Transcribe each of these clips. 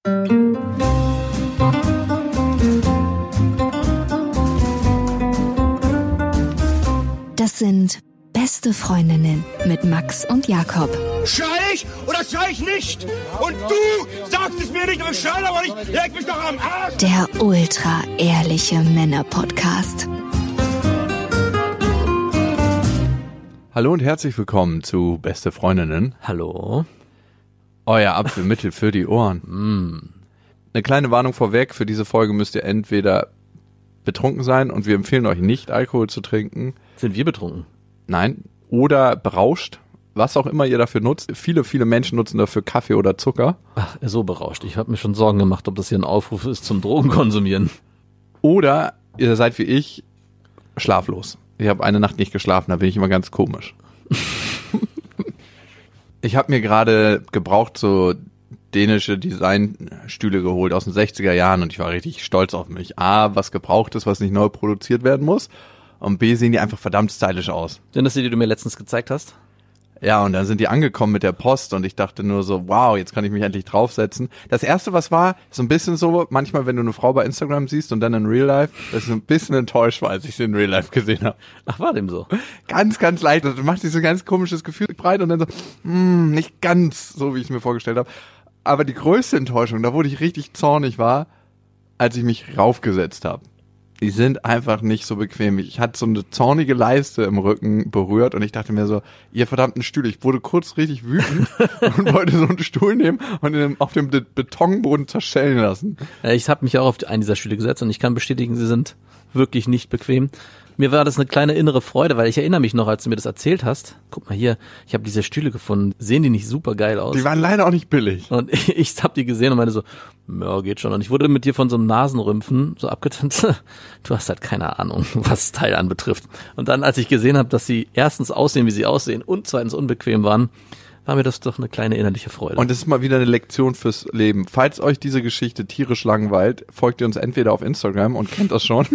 Das sind Beste Freundinnen mit Max und Jakob. Schrei ich oder schrei ich nicht? Und du sagst es mir nicht, aber ich schrei aber nicht. Leg mich doch am Arsch. Der ultra-ehrliche Männer-Podcast. Hallo und herzlich willkommen zu Beste Freundinnen. Hallo. Euer Apfelmittel für die Ohren. Eine kleine Warnung vorweg, für diese Folge müsst ihr entweder betrunken sein und wir empfehlen euch nicht, Alkohol zu trinken. Sind wir betrunken? Nein. Oder berauscht, was auch immer ihr dafür nutzt. Viele Menschen nutzen dafür Kaffee oder Zucker. Ach, so berauscht. Ich habe mir schon Sorgen gemacht, ob das hier ein Aufruf ist zum Drogenkonsumieren. Oder ihr seid wie ich schlaflos. Ich habe eine Nacht nicht geschlafen, da bin ich immer ganz komisch. Ich habe mir gerade gebraucht so dänische Designstühle geholt aus den 60er Jahren und ich war richtig stolz auf mich. A, was gebraucht ist, was nicht neu produziert werden muss. Und B, sehen die einfach verdammt stylisch aus. Sind das die du mir letztens gezeigt hast? Ja, und dann sind die angekommen mit der Post und ich dachte nur so, wow, jetzt kann ich mich endlich draufsetzen. Das erste, was war, so ein bisschen so, manchmal, wenn du eine Frau bei Instagram siehst und dann in Real Life, dass ich so ein bisschen enttäuscht war, als ich sie in Real Life gesehen habe. Ach, war dem so? Ganz, ganz leicht. Und du machst dich so ein ganz komisches Gefühl breit und dann so, nicht ganz so, wie ich es mir vorgestellt habe. Aber die größte Enttäuschung, da wurde ich richtig zornig war, als ich mich raufgesetzt habe. Die sind einfach nicht so bequem. Ich hatte so eine zornige Leiste im Rücken berührt und ich dachte mir so, ihr verdammten Stühle. Ich wurde kurz richtig wütend und wollte so einen Stuhl nehmen und auf dem Betonboden zerschellen lassen. Ich habe mich auch auf einen dieser Stühle gesetzt und ich kann bestätigen, sie sind wirklich nicht bequem. Mir war das eine kleine innere Freude, weil ich erinnere mich noch, als du mir das erzählt hast. Guck mal hier, ich habe diese Stühle gefunden. Sehen die nicht super geil aus? Die waren leider auch nicht billig. Und ich habe die gesehen und meinte so, ja, geht schon. Und ich wurde mit dir von so einem Nasenrümpfen so abgetanzt. Du hast halt keine Ahnung, was das Teil anbetrifft. Und dann, als ich gesehen habe, dass sie erstens aussehen, wie sie aussehen und zweitens unbequem waren, war mir das doch eine kleine innerliche Freude. Und das ist mal wieder eine Lektion fürs Leben. Falls euch diese Geschichte tierisch langweilt, folgt ihr uns entweder auf Instagram und kennt das schon.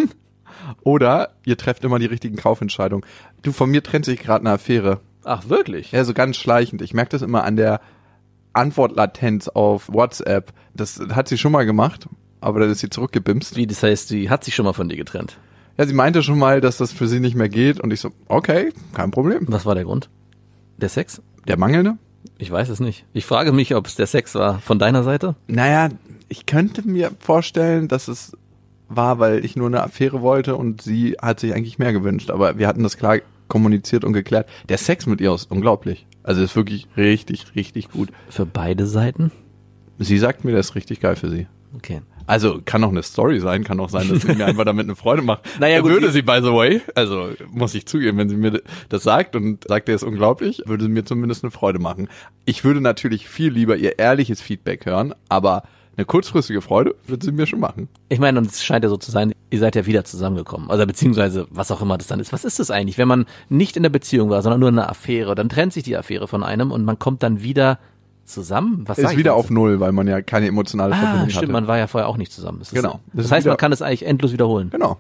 Oder ihr trefft immer die richtigen Kaufentscheidungen. Du, von mir trennt sich gerade eine Affäre. Ach, wirklich? Ja, so ganz schleichend. Ich merke das immer an der Antwortlatenz auf WhatsApp. Das hat sie schon mal gemacht, aber dann ist sie zurückgebimst. Wie, das heißt, sie hat sich schon mal von dir getrennt? Ja, sie meinte schon mal, dass das für sie nicht mehr geht. Und ich so, okay, kein Problem. Was war der Grund? Der Sex? Der mangelnde? Ich weiß es nicht. Ich frage mich, ob es der Sex war von deiner Seite? Naja, ich könnte mir vorstellen, dass es war, weil ich nur eine Affäre wollte und sie hat sich eigentlich mehr gewünscht. Aber wir hatten das klar kommuniziert und geklärt. Der Sex mit ihr ist unglaublich. Also ist wirklich richtig, richtig gut. Für beide Seiten? Sie sagt mir, das ist richtig geil für sie. Okay. Also kann auch eine Story sein, kann auch sein, dass sie mir einfach damit eine Freude macht. Naja, gut, würde sie, by the way, also muss ich zugeben, wenn sie mir das sagt und sagt, er ist unglaublich, würde sie mir zumindest eine Freude machen. Ich würde natürlich viel lieber ihr ehrliches Feedback hören, aber eine kurzfristige Freude würde sie mir schon machen. Ich meine, und es scheint ja so zu sein, ihr seid ja wieder zusammengekommen. Also beziehungsweise, was auch immer das dann ist. Was ist das eigentlich? Wenn man nicht in der Beziehung war, sondern nur in einer Affäre, dann trennt sich die Affäre von einem und man kommt dann wieder zusammen? Was ist wieder auf Null, weil man ja keine emotionale Verbindung hatte. Stimmt, man war ja vorher auch nicht zusammen. Genau. Das heißt, man kann es eigentlich endlos wiederholen. Genau.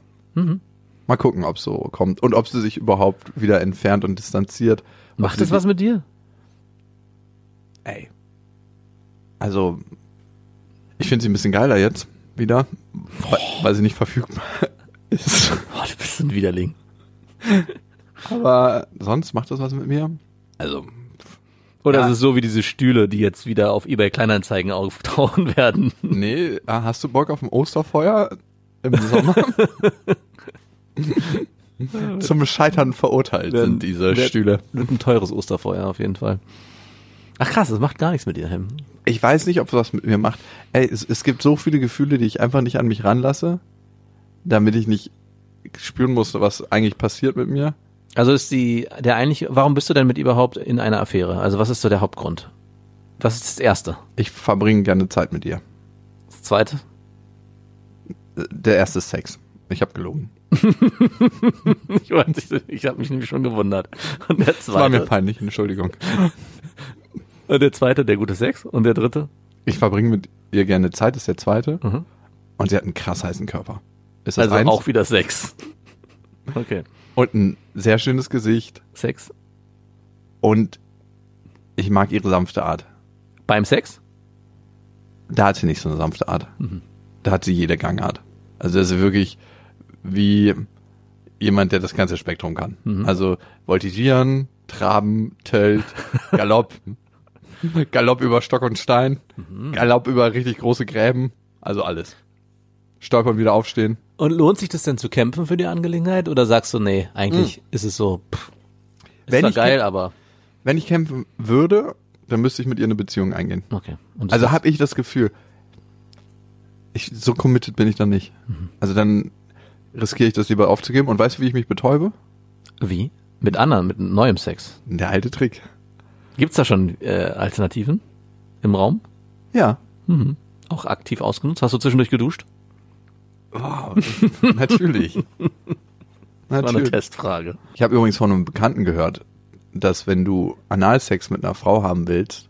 Mal gucken, ob es so kommt und ob sie sich überhaupt wieder entfernt und distanziert. Macht das was mit dir? Ey. Also ich finde sie ein bisschen geiler jetzt wieder, weil sie nicht verfügbar ist. Boah, du bist ein Widerling. Aber sonst macht das was mit mir? Also. Oder ja. ist es so wie diese Stühle, die jetzt wieder auf eBay Kleinanzeigen auftauchen werden? Nee, hast du Bock auf ein Osterfeuer im Sommer? Zum Scheitern verurteilt sind diese Stühle. Wird ein teures Osterfeuer auf jeden Fall. Ach krass, das macht gar nichts mit dir, Hem. Ich weiß nicht, ob es was mit mir macht. Ey, es gibt so viele Gefühle, die ich einfach nicht an mich ranlasse, damit ich nicht spüren muss, was eigentlich passiert mit mir. Also warum bist du denn mit überhaupt in einer Affäre? Also was ist so der Hauptgrund? Was ist das Erste? Ich verbringe gerne Zeit mit ihr. Das Zweite? Der erste ist Sex. Ich habe gelogen. Ich habe mich nämlich schon gewundert. Und der Zweite? Das war mir peinlich, Entschuldigung. Und der Zweite, der gute Sex. Und der Dritte? Ich verbringe mit ihr gerne Zeit, ist der Zweite. Mhm. Und sie hat einen krass heißen Körper. Ist das also eins? auch wieder Sex. Okay. Und ein sehr schönes Gesicht. Sex. Und ich mag ihre sanfte Art. Beim Sex? Da hat sie nicht so eine sanfte Art. Da hat sie jede Gangart. Also das ist wirklich wie jemand, der das ganze Spektrum kann. Also voltigieren, traben, Tölt, Galopp, Galopp über Stock und Stein, Galopp über richtig große Gräben, also alles. Stolpern, wieder aufstehen. Und lohnt sich das denn zu kämpfen für die Angelegenheit? Oder sagst du, nee, eigentlich ist es so, ist zwar geil, aber... Wenn ich kämpfen würde, dann müsste ich mit ihr eine Beziehung eingehen. Okay. Also habe ich das Gefühl, so committed bin ich dann nicht. Also dann riskiere ich das lieber aufzugeben. Und weißt du, wie ich mich betäube? Wie? Mit anderen, mit neuem Sex? Der alte Trick. Gibt's da schon Alternativen im Raum? Ja. Auch aktiv ausgenutzt? Hast du zwischendurch geduscht? Oh, natürlich. Das war eine Testfrage. Ich habe übrigens von einem Bekannten gehört, dass wenn du Analsex mit einer Frau haben willst,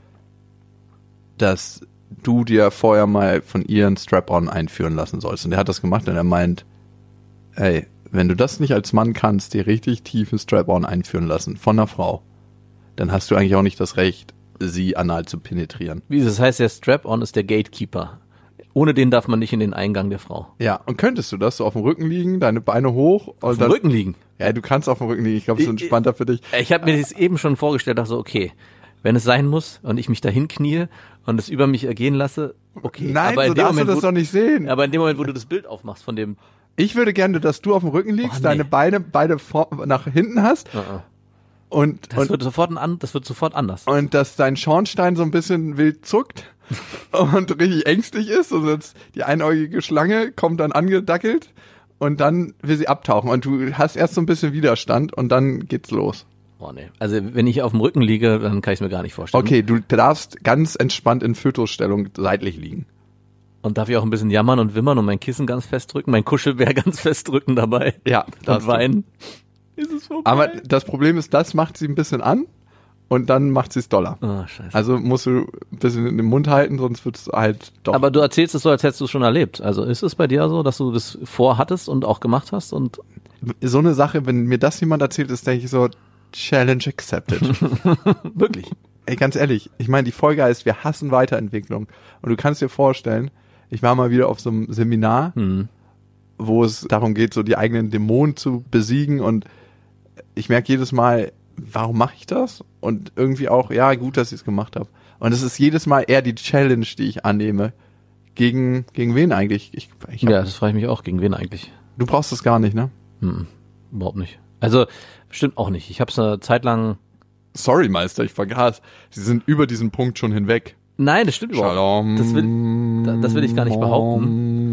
dass du dir vorher mal von ihr einen Strap-on einführen lassen sollst. Und er hat das gemacht und er meint, ey, wenn du das nicht als Mann kannst, dir richtig tiefe Strap-on einführen lassen von einer Frau, dann hast du eigentlich auch nicht das Recht, sie anal zu penetrieren. Wie das heißt, der Strap-on ist der Gatekeeper. Ohne den darf man nicht in den Eingang der Frau. Ja, und könntest du das so auf dem Rücken liegen, deine Beine hoch? Auf dem Rücken liegen? Ja, du kannst auf dem Rücken liegen. Ich glaube, es ist entspannter für dich. Ich habe mir das eben schon vorgestellt, dachte so, okay, wenn es sein muss und ich mich dahin knie und es über mich ergehen lasse, okay. Nein, aber so darfst du das doch nicht sehen. Aber in dem Moment, wo du das Bild aufmachst von dem... Ich würde gerne, dass du auf dem Rücken liegst, deine Beine beide nach hinten hast. Und das wird sofort anders. Und dass dein Schornstein so ein bisschen wild zuckt und richtig ängstlich ist. Und jetzt die einäugige Schlange kommt dann angedackelt und dann will sie abtauchen. Und du hast erst so ein bisschen Widerstand und dann geht's los. Oh nee. Also wenn ich auf dem Rücken liege, dann kann ich es mir gar nicht vorstellen. Okay, du darfst ganz entspannt in Fötusstellung seitlich liegen. Und darf ich auch ein bisschen jammern und wimmern und mein Kissen ganz fest drücken, mein Kuschelbär ganz fest drücken dabei? Ja. Und weinen? Ist es vorbei? Aber das Problem ist, das macht sie ein bisschen an und dann macht sie es doller. Oh, scheiße. Also musst du ein bisschen in den Mund halten, sonst wird es halt doch. Aber du erzählst es so, als hättest du es schon erlebt. Also ist es bei dir so, dass du das vorhattest und auch gemacht hast? Und so eine Sache, wenn mir das jemand erzählt, ist, denke ich so, Challenge accepted. Wirklich? Ey, ganz ehrlich, ich meine, die Folge heißt, wir hassen Weiterentwicklung. Und du kannst dir vorstellen, ich war mal wieder auf so einem Seminar, wo es darum geht, so die eigenen Dämonen zu besiegen und ich merke jedes Mal, warum mache ich das? Und irgendwie auch, ja, gut, dass ich es gemacht habe. Und es ist jedes Mal eher die Challenge, die ich annehme. Gegen wen eigentlich? Ja, das frage ich mich auch. Gegen wen eigentlich? Du brauchst das gar nicht, ne? Überhaupt nicht. Also, stimmt auch nicht. Ich habe es eine Zeit lang... Sorry, Meister, ich vergaß. Sie sind über diesen Punkt schon hinweg. Nein, das stimmt überhaupt nicht. Das will ich gar nicht behaupten.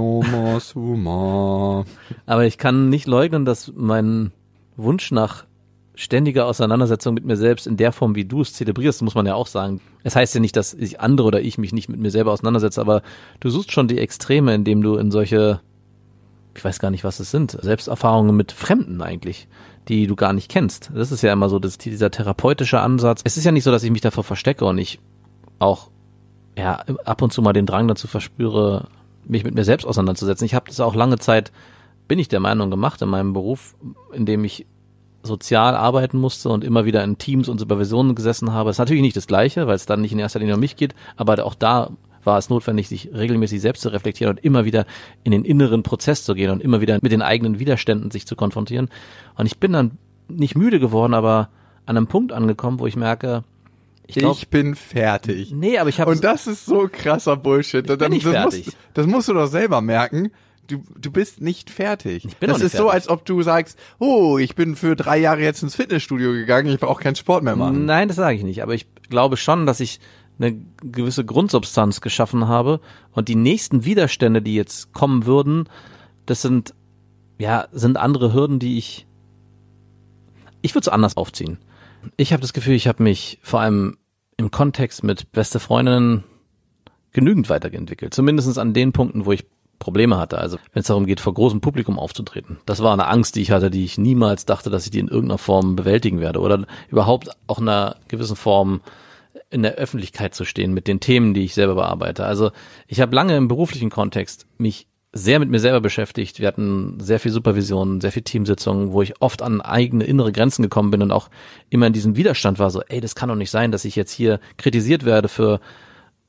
Aber ich kann nicht leugnen, dass mein Wunsch nach ständiger Auseinandersetzung mit mir selbst in der Form, wie du es zelebrierst, muss man ja auch sagen. Es heißt ja nicht, dass ich andere oder ich mich nicht mit mir selber auseinandersetze, aber du suchst schon die Extreme, indem du in solche, ich weiß gar nicht, was es sind, Selbsterfahrungen mit Fremden eigentlich, die du gar nicht kennst. Das ist ja immer so dieser therapeutische Ansatz. Es ist ja nicht so, dass ich mich davor verstecke und ich auch ja ab und zu mal den Drang dazu verspüre, mich mit mir selbst auseinanderzusetzen. Ich habe das auch lange Zeit, bin ich der Meinung, gemacht in meinem Beruf, in dem ich sozial arbeiten musste und immer wieder in Teams und Supervisionen gesessen habe. Das ist natürlich nicht das Gleiche, weil es dann nicht in erster Linie um mich geht, aber auch da war es notwendig, sich regelmäßig selbst zu reflektieren und immer wieder in den inneren Prozess zu gehen und immer wieder mit den eigenen Widerständen sich zu konfrontieren. Und ich bin dann nicht müde geworden, aber an einem Punkt angekommen, wo ich merke, ich bin fertig. Nee, aber ich habe... Und das ist so krasser Bullshit. Ich bin nicht fertig. Das musst du doch selber merken. Du bist nicht fertig. Ich bin das nicht ist fertig. So, als ob du sagst, oh, ich bin für 3 Jahre jetzt ins Fitnessstudio gegangen, ich brauche keinen Sport mehr machen. Nein, das sage ich nicht. Aber ich glaube schon, dass ich eine gewisse Grundsubstanz geschaffen habe und die nächsten Widerstände, die jetzt kommen würden, das sind andere Hürden, die ich würde es anders aufziehen. Ich habe das Gefühl, ich habe mich vor allem im Kontext mit beste Freundinnen genügend weiterentwickelt. Zumindest an den Punkten, wo ich Probleme hatte. Also wenn es darum geht, vor großem Publikum aufzutreten. Das war eine Angst, die ich hatte, die ich niemals dachte, dass ich die in irgendeiner Form bewältigen werde. Oder überhaupt auch in einer gewissen Form in der Öffentlichkeit zu stehen mit den Themen, die ich selber bearbeite. Also ich habe lange im beruflichen Kontext mich sehr mit mir selber beschäftigt. Wir hatten sehr viel Supervision, sehr viel Teamsitzungen, wo ich oft an eigene innere Grenzen gekommen bin und auch immer in diesem Widerstand war so, ey, das kann doch nicht sein, dass ich jetzt hier kritisiert werde für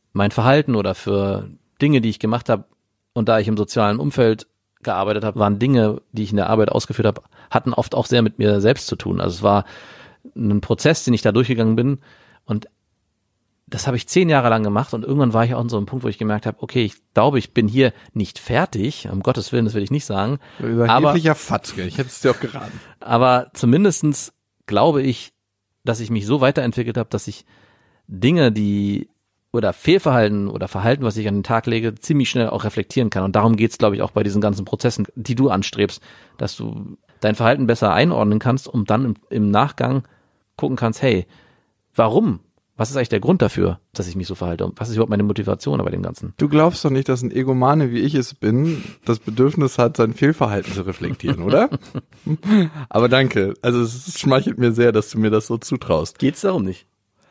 mein Verhalten oder für Dinge, die ich gemacht habe, und da ich im sozialen Umfeld gearbeitet habe, waren Dinge, die ich in der Arbeit ausgeführt habe, hatten oft auch sehr mit mir selbst zu tun. Also es war ein Prozess, den ich da durchgegangen bin, und das habe ich 10 Jahre lang gemacht, und irgendwann war ich auch an so einem Punkt, wo ich gemerkt habe, okay, ich glaube, ich bin hier nicht fertig, um Gottes Willen, das will ich nicht sagen. Aber Fatzke, ich hätte es dir auch geraten. Aber zumindestens glaube ich, dass ich mich so weiterentwickelt habe, dass ich Dinge, oder Fehlverhalten oder Verhalten, was ich an den Tag lege, ziemlich schnell auch reflektieren kann. Und darum geht's, glaube ich, auch bei diesen ganzen Prozessen, die du anstrebst, dass du dein Verhalten besser einordnen kannst und dann im Nachgang gucken kannst, hey, warum? Was ist eigentlich der Grund dafür, dass ich mich so verhalte? Und was ist überhaupt meine Motivation bei dem Ganzen? Du glaubst doch nicht, dass ein Egomane, wie ich es bin, das Bedürfnis hat, sein Fehlverhalten zu reflektieren, oder? Aber danke. Also es schmeichelt mir sehr, dass du mir das so zutraust. Geht's darum nicht?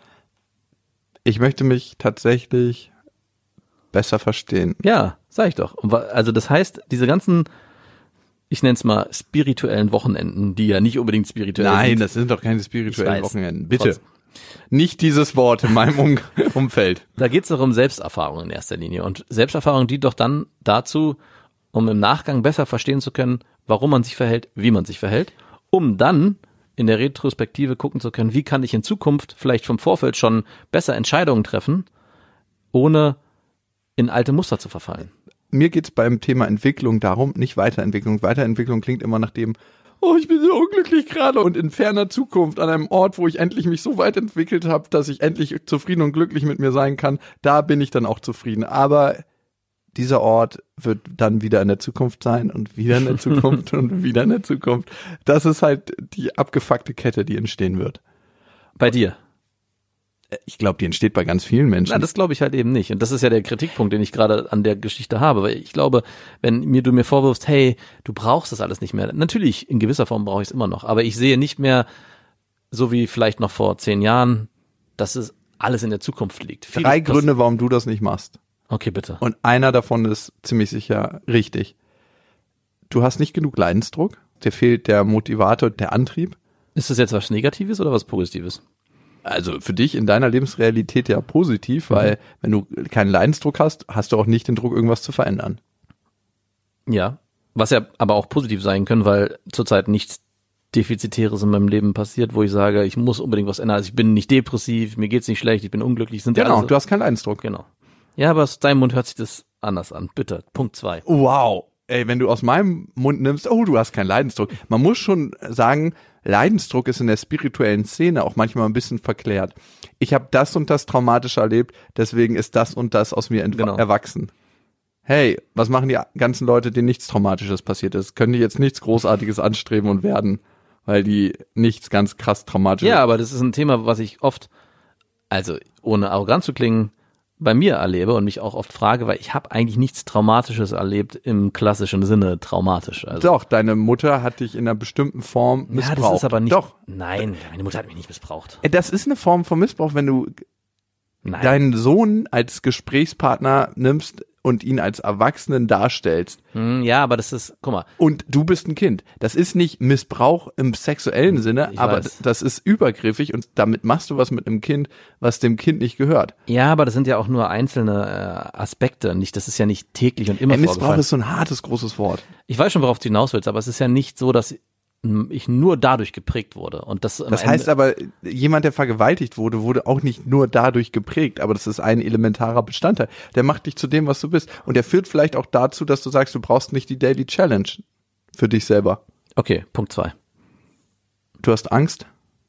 Ich möchte mich tatsächlich besser verstehen. Ja, sag ich doch. Also das heißt, diese ganzen, ich nenne es mal spirituellen Wochenenden, die ja nicht unbedingt spirituell sind. Nein, das sind doch keine spirituellen Wochenenden. Bitte. Nicht dieses Wort in meinem Umfeld. Da geht es doch um Selbsterfahrung in erster Linie. Und Selbsterfahrung dient doch dann dazu, um im Nachgang besser verstehen zu können, warum man sich verhält, wie man sich verhält, um dann in der Retrospektive gucken zu können, wie kann ich in Zukunft vielleicht vom Vorfeld schon besser Entscheidungen treffen, ohne in alte Muster zu verfallen. Mir geht's beim Thema Entwicklung darum, nicht Weiterentwicklung. Weiterentwicklung klingt immer nach dem, oh, ich bin so unglücklich gerade, und in ferner Zukunft an einem Ort, wo ich endlich mich so weit entwickelt habe, dass ich endlich zufrieden und glücklich mit mir sein kann, da bin ich dann auch zufrieden. Aber dieser Ort wird dann wieder in der Zukunft sein und wieder in der Zukunft und wieder in der Zukunft. Das ist halt die abgefuckte Kette, die entstehen wird. Bei dir? Ich glaube, die entsteht bei ganz vielen Menschen. Na, das glaube ich halt eben nicht. Und das ist ja der Kritikpunkt, den ich gerade an der Geschichte habe. Weil ich glaube, wenn du mir vorwirfst, hey, du brauchst das alles nicht mehr. Natürlich, in gewisser Form brauche ich es immer noch. Aber ich sehe nicht mehr, so wie vielleicht noch vor 10 Jahren, dass es alles in der Zukunft liegt. 3 Gründe, warum du das nicht machst. Okay, bitte. Und einer davon ist ziemlich sicher richtig. Du hast nicht genug Leidensdruck. Dir fehlt der Motivator, der Antrieb. Ist das jetzt was Negatives oder was Positives? Also für dich in deiner Lebensrealität ja positiv, weil wenn du keinen Leidensdruck hast, hast du auch nicht den Druck, irgendwas zu verändern. Ja, was ja aber auch positiv sein können, weil zurzeit nichts Defizitäres in meinem Leben passiert, wo ich sage, ich muss unbedingt was ändern. Also ich bin nicht depressiv, mir geht's nicht schlecht, ich bin unglücklich. Genau, du hast keinen Leidensdruck. Genau. Ja, aber aus deinem Mund hört sich das anders an. Bitte, Punkt 2. Wow. Ey, wenn du aus meinem Mund nimmst, oh, du hast keinen Leidensdruck. Man muss schon sagen, Leidensdruck ist in der spirituellen Szene auch manchmal ein bisschen verklärt. Ich habe das und das traumatisch erlebt, deswegen ist das und das aus mir erwachsen. Hey, was machen die ganzen Leute, denen nichts Traumatisches passiert ist? Können die jetzt nichts Großartiges anstreben und werden, weil die nichts ganz krass Traumatisches... Ja, aber das ist ein Thema, was ich oft, also ohne arrogant zu klingen, bei mir erlebe und mich auch oft frage, weil ich habe eigentlich nichts Traumatisches erlebt im klassischen Sinne traumatisch. Also, doch, deine Mutter hat dich in einer bestimmten Form missbraucht. Ja, das ist aber nicht. Doch. Nein, meine Mutter hat mich nicht missbraucht. Das ist eine Form von Missbrauch, wenn du deinen Sohn als Gesprächspartner nimmst und ihn als Erwachsenen darstellst. Ja, aber das ist, guck mal. Und du bist ein Kind. Das ist nicht Missbrauch im sexuellen Sinne, aber das ist übergriffig und damit machst du was mit einem Kind, was dem Kind nicht gehört. Ja, aber das sind ja auch nur einzelne Aspekte. Das ist ja nicht täglich und immer vorgefallen. Missbrauch ist so ein hartes, großes Wort. Ich weiß schon, worauf du hinaus willst, aber es ist ja nicht so, dass ich nur dadurch geprägt wurde. Und das heißt aber, jemand, der vergewaltigt wurde, wurde auch nicht nur dadurch geprägt, aber das ist ein elementarer Bestandteil. Der macht dich zu dem, was du bist. Und der führt vielleicht auch dazu, dass du sagst, du brauchst nicht die Daily Challenge für dich selber. Okay, Punkt 2. Du hast Angst?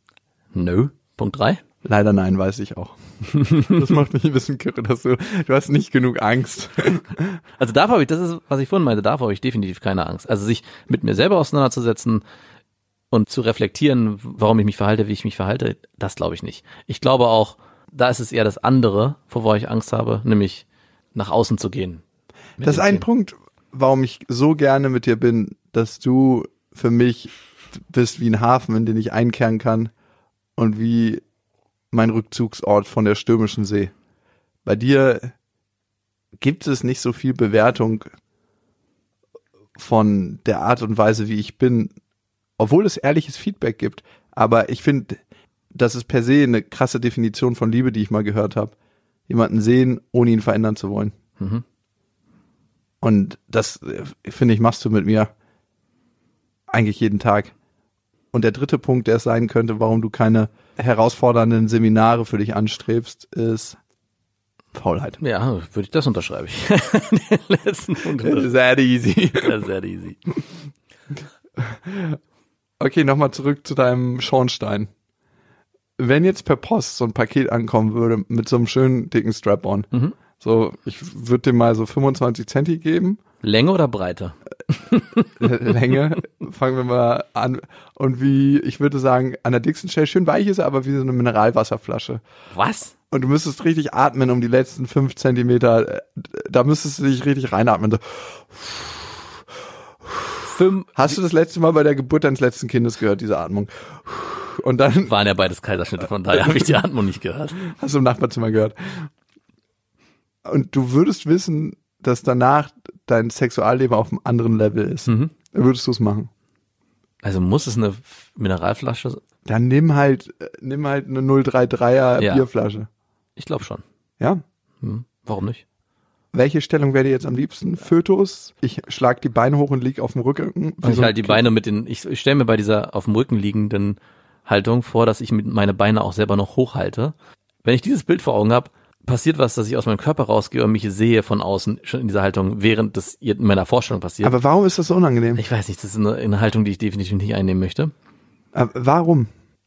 Nö. Punkt 3? Leider nein, weiß ich auch. Das macht mich ein bisschen kirre, dass du hast nicht genug Angst. Also davor habe ich, das ist, was ich vorhin meinte, davor habe ich definitiv keine Angst. Also sich mit mir selber auseinanderzusetzen und zu reflektieren, warum ich mich verhalte, wie ich mich verhalte, das glaube ich nicht. Ich glaube auch, da ist es eher das andere, wovor ich Angst habe, nämlich nach außen zu gehen. Das ist ein Punkt, warum ich so gerne mit dir bin, dass du für mich bist wie ein Hafen, in den ich einkehren kann und wie mein Rückzugsort von der stürmischen See. Bei dir gibt es nicht so viel Bewertung von der Art und Weise, wie ich bin, obwohl es ehrliches Feedback gibt. Aber ich finde, das ist per se eine krasse Definition von Liebe, die ich mal gehört habe. jemanden sehen, ohne ihn verändern zu wollen. Mhm. Und das, finde ich, machst du mit mir eigentlich jeden Tag. Und der dritte Punkt, der es sein könnte, warum du keine herausfordernden Seminare für dich anstrebst, ist Faulheit. Ja, würde ich das unterschreibe ich. Den letzten Punkt. Sehr easy. Ja, sehr easy. Okay, nochmal zurück zu deinem Schornstein. Wenn jetzt per Post so ein Paket ankommen würde mit so einem schönen dicken Strap-on, so, ich würde dir mal so 25 Centi geben. Länge oder Breite? Länge, fangen wir mal an. Und ich würde sagen, an der dicksten Stelle schön weich ist er, aber wie so eine Mineralwasserflasche. Was? Und du müsstest richtig atmen um die letzten 5 Zentimeter. Da müsstest du dich richtig reinatmen. So. Hast du das letzte Mal bei der Geburt deines letzten Kindes gehört, diese Atmung? Und dann waren ja beides Kaiserschnitte, von daher habe ich die Atmung nicht gehört. Hast du im Nachbarzimmer gehört. Und du würdest wissen, dass danach dein Sexualleben auf einem anderen Level ist. Dann würdest du es machen. Also muss es eine Mineralflasche sein? Dann nimm halt eine 033er Bierflasche. Ich glaube schon. Ja? Warum nicht? Welche Stellung wäre dir jetzt am liebsten? Fötus? Ich schlag die Beine hoch und lieg auf dem Rücken. Und ich halte die Beine ich stelle mir bei dieser auf dem Rücken liegenden Haltung vor, dass ich meine Beine auch selber noch hochhalte. Wenn ich dieses Bild vor Augen habe, passiert was, dass ich aus meinem Körper rausgehe und mich sehe von außen schon in dieser Haltung, während das in meiner Vorstellung passiert. Aber warum ist das so unangenehm? Ich weiß nicht, das ist eine Haltung, die ich definitiv nicht einnehmen möchte. Aber warum?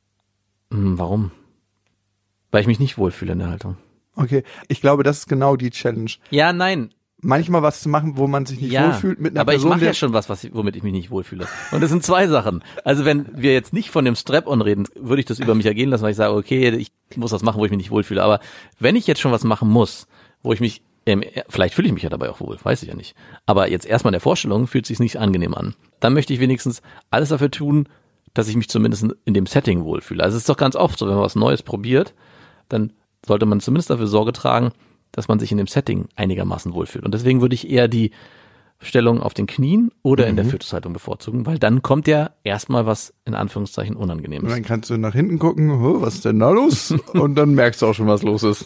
Warum? Weil ich mich nicht wohlfühle in der Haltung. Okay, ich glaube, das ist genau die Challenge. Ja, nein. Manchmal was zu machen, wo man sich nicht wohlfühlt mit einer aber Person. Aber ich mache ja schon was, womit ich mich nicht wohlfühle. Und das sind zwei Sachen. Also wenn wir jetzt nicht von dem Strap-on reden, würde ich das über mich ergehen lassen, weil ich sage, okay, ich muss was machen, wo ich mich nicht wohlfühle. Aber wenn ich jetzt schon was machen muss, wo ich mich, vielleicht fühle ich mich ja dabei auch wohl, weiß ich ja nicht. Aber jetzt erstmal in der Vorstellung fühlt es sich nicht angenehm an. Dann möchte ich wenigstens alles dafür tun, dass ich mich zumindest in dem Setting wohlfühle. Also es ist doch ganz oft so, wenn man was Neues probiert, dann sollte man zumindest dafür Sorge tragen, dass man sich in dem Setting einigermaßen wohlfühlt. Und deswegen würde ich eher die Stellung auf den Knien oder in der Fötushaltung bevorzugen, weil dann kommt ja erstmal was in Anführungszeichen Unangenehmes. Und dann kannst du nach hinten gucken, was ist denn da los? Und dann merkst du auch schon, was los ist.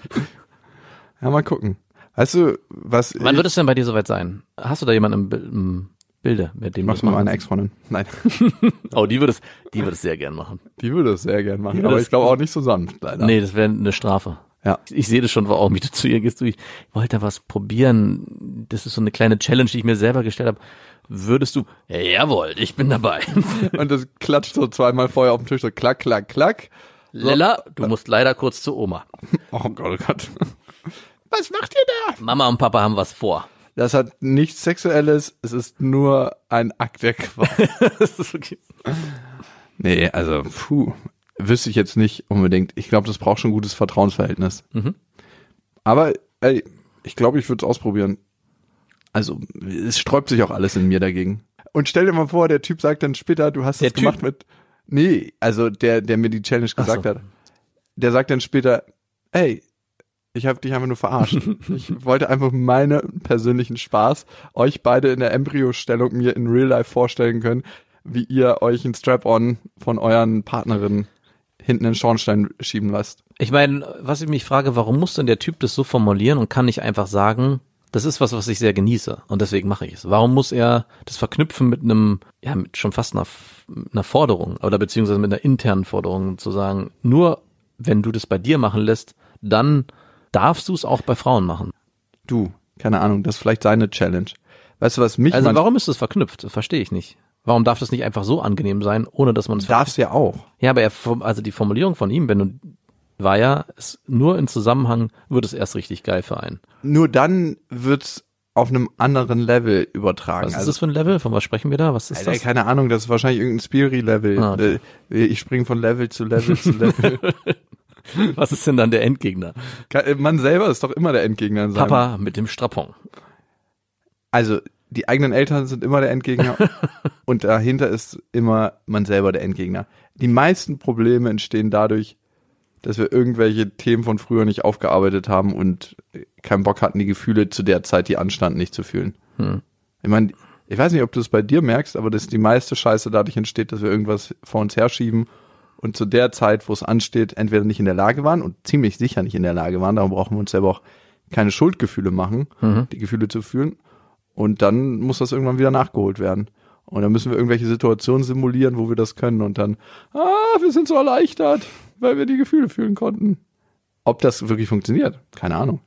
Ja, mal gucken. Weißt du, wann wird es denn bei dir soweit sein? Hast du da jemanden im Bilde, mit dem machst du mal eine Ex-Freundin? Nein. Oh, die würde es sehr gern machen. Die würde es sehr gern machen, aber ich glaube auch nicht so sanft, leider. Nee, das wäre eine Strafe. Ja. Ich sehe das schon vor Augen, wie du zu ihr gehst. Ich wollte da was probieren. Das ist so eine kleine Challenge, die ich mir selber gestellt habe. Würdest du? Ja, jawohl, ich bin dabei. Und das klatscht so zweimal vorher auf dem Tisch, so klack, klack, klack. So. Lella, du musst leider kurz zur Oma. Oh Gott, oh Gott. Was macht ihr da? Mama und Papa haben was vor. Das hat nichts Sexuelles, es ist nur ein Akt der Qual. Das ist okay. Nee, also, wüsste ich jetzt nicht unbedingt. Ich glaube, das braucht schon ein gutes Vertrauensverhältnis. Aber ich glaube, ich würde es ausprobieren. Also, es sträubt sich auch alles in mir dagegen. Und stell dir mal vor, der Typ sagt dann später, du hast das gemacht mit... Nee, also der mir die Challenge gesagt hat. Der sagt dann später, ey, ich habe dich einfach nur verarscht. Ich wollte einfach meinen persönlichen Spaß, euch beide in der Embryo-Stellung mir in Real Life vorstellen können, wie ihr euch ein Strap-on von euren Partnerinnen hinten in den Schornstein schieben lasst. Ich meine, was ich mich frage, warum muss denn der Typ das so formulieren und kann nicht einfach sagen, das ist was ich sehr genieße und deswegen mache ich es. Warum muss er das verknüpfen mit mit schon fast einer Forderung oder beziehungsweise mit einer internen Forderung zu sagen, nur wenn du das bei dir machen lässt, dann darfst du es auch bei Frauen machen. Du, keine Ahnung, das ist vielleicht seine Challenge. Weißt du, was mich... Also warum ist das verknüpft? Das verstehe ich nicht. Warum darf das nicht einfach so angenehm sein, ohne dass man es... Darf es ja auch. Ja, aber also die Formulierung von ihm, war ja, nur in Zusammenhang wird es erst richtig geil für einen. Nur dann wird's auf einem anderen Level übertragen. Was ist das für ein Level? Von was sprechen wir da? Was ist das? Keine Ahnung, das ist wahrscheinlich irgendein Spiri-Level. Okay. Ich springe von Level zu Level zu Level. Was ist denn dann der Endgegner? Man selber ist doch immer der Endgegner in seinem... Papa mit dem Strapon. Also, die eigenen Eltern sind immer der Endgegner und dahinter ist immer man selber der Endgegner. Die meisten Probleme entstehen dadurch, dass wir irgendwelche Themen von früher nicht aufgearbeitet haben und keinen Bock hatten, die Gefühle zu der Zeit, die anstanden, nicht zu fühlen. Ich meine, ich weiß nicht, ob du es bei dir merkst, aber dass die meiste Scheiße dadurch entsteht, dass wir irgendwas vor uns herschieben und zu der Zeit, wo es ansteht, entweder nicht in der Lage waren und ziemlich sicher nicht in der Lage waren, darum brauchen wir uns selber auch keine Schuldgefühle machen, die Gefühle zu fühlen. Und dann muss das irgendwann wieder nachgeholt werden. Und dann müssen wir irgendwelche Situationen simulieren, wo wir das können. Und dann, wir sind so erleichtert, weil wir die Gefühle fühlen konnten. Ob das wirklich funktioniert, keine Ahnung.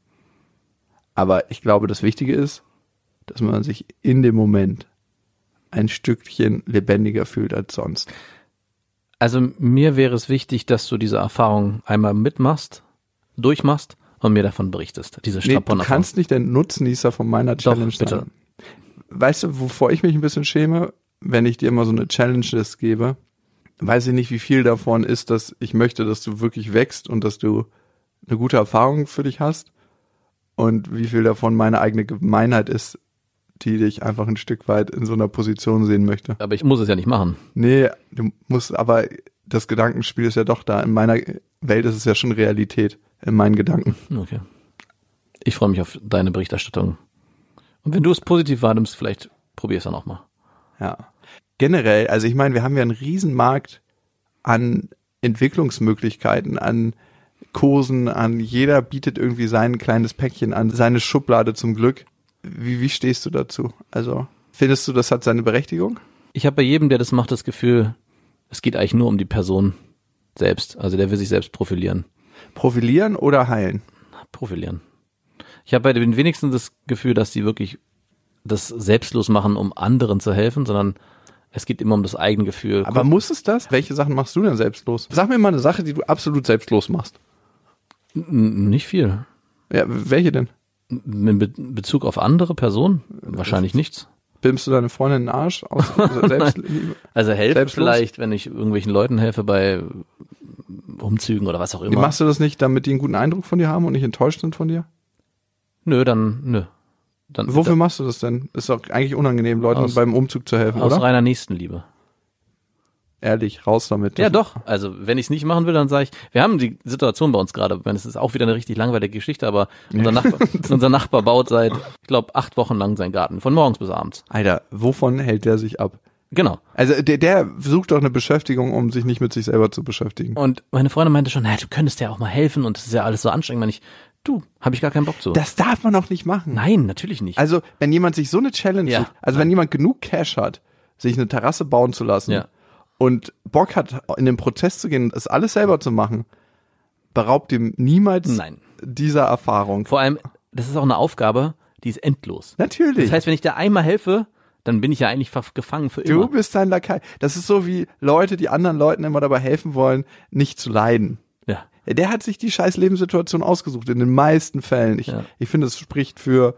Aber ich glaube, das Wichtige ist, dass man sich in dem Moment ein Stückchen lebendiger fühlt als sonst. Also mir wäre es wichtig, dass du diese Erfahrung einmal mitmachst, durchmachst und mir davon berichtest. Diese Du kannst nicht der Nutznießer von meiner Challenge bitte. sein. Weißt du, wovor ich mich ein bisschen schäme, wenn ich dir immer so eine Challenges gebe? Weiß ich nicht, wie viel davon ist, dass ich möchte, dass du wirklich wächst und dass du eine gute Erfahrung für dich hast und wie viel davon meine eigene Gemeinheit ist, die dich einfach ein Stück weit in so einer Position sehen möchte. Aber ich muss es ja nicht machen. Nee, du musst, aber das Gedankenspiel ist ja doch da. In meiner Welt ist es ja schon Realität, in meinen Gedanken. Okay. Ich freue mich auf deine Berichterstattung. Und wenn du es positiv wahrnimmst, vielleicht probier es dann auch mal. Ja. Generell, also ich meine, wir haben ja einen Riesenmarkt an Entwicklungsmöglichkeiten, an Kursen, an jeder bietet irgendwie sein kleines Päckchen an, seine Schublade zum Glück. Wie stehst du dazu? Also, findest du, das hat seine Berechtigung? Ich habe bei jedem, der das macht, das Gefühl, es geht eigentlich nur um die Person selbst. Also der will sich selbst profilieren. Profilieren oder heilen? Profilieren. Ich habe bei den wenigsten das Gefühl, dass die wirklich das selbstlos machen, um anderen zu helfen, sondern es geht immer um das eigene Gefühl. Aber muss es das? Welche Sachen machst du denn selbstlos? Sag mir mal eine Sache, die du absolut selbstlos machst. Nicht viel. Ja, welche denn? In Bezug auf andere Personen? Wahrscheinlich nichts. Bimmst du deine Freundin in den Arsch aus Selbstliebe? Also helfen Selbstlos? vielleicht, wenn ich irgendwelchen Leuten helfe bei Umzügen oder was auch immer. Machst du das nicht, damit die einen guten Eindruck von dir haben und nicht enttäuscht sind von dir? Nö. Dann, Wofür machst du das denn? Ist doch eigentlich unangenehm, Leuten beim Umzug zu helfen, aus oder? reiner Nächstenliebe. Ehrlich, raus damit. Ja, doch. Also, wenn ich es nicht machen will, dann sage ich, wir haben die Situation bei uns gerade, es ist auch wieder eine richtig langweilige Geschichte, aber unser Nachbar baut seit, ich glaube, 8 Wochen lang seinen Garten, von morgens bis abends. Alter, wovon hält der sich ab? Genau. Also, der sucht doch eine Beschäftigung, um sich nicht mit sich selber zu beschäftigen. Und meine Freundin meinte schon, du könntest ja auch mal helfen und das ist ja alles so anstrengend. Meine ich, habe ich gar keinen Bock zu. Das darf man auch nicht machen. Nein, natürlich nicht. Also, wenn jemand sich so eine Challenge sucht, wenn jemand genug Cash hat, sich eine Terrasse bauen zu lassen, und Bock hat, in den Prozess zu gehen und es alles selber zu machen, beraubt ihm niemals dieser Erfahrung. Vor allem, das ist auch eine Aufgabe, die ist endlos. Natürlich. Das heißt, wenn ich da einmal helfe, dann bin ich ja eigentlich gefangen für immer. Du bist ein Lakai. Das ist so wie Leute, die anderen Leuten immer dabei helfen wollen, nicht zu leiden. Ja. Der hat sich die scheiß Lebenssituation ausgesucht, in den meisten Fällen. Ich finde, es spricht für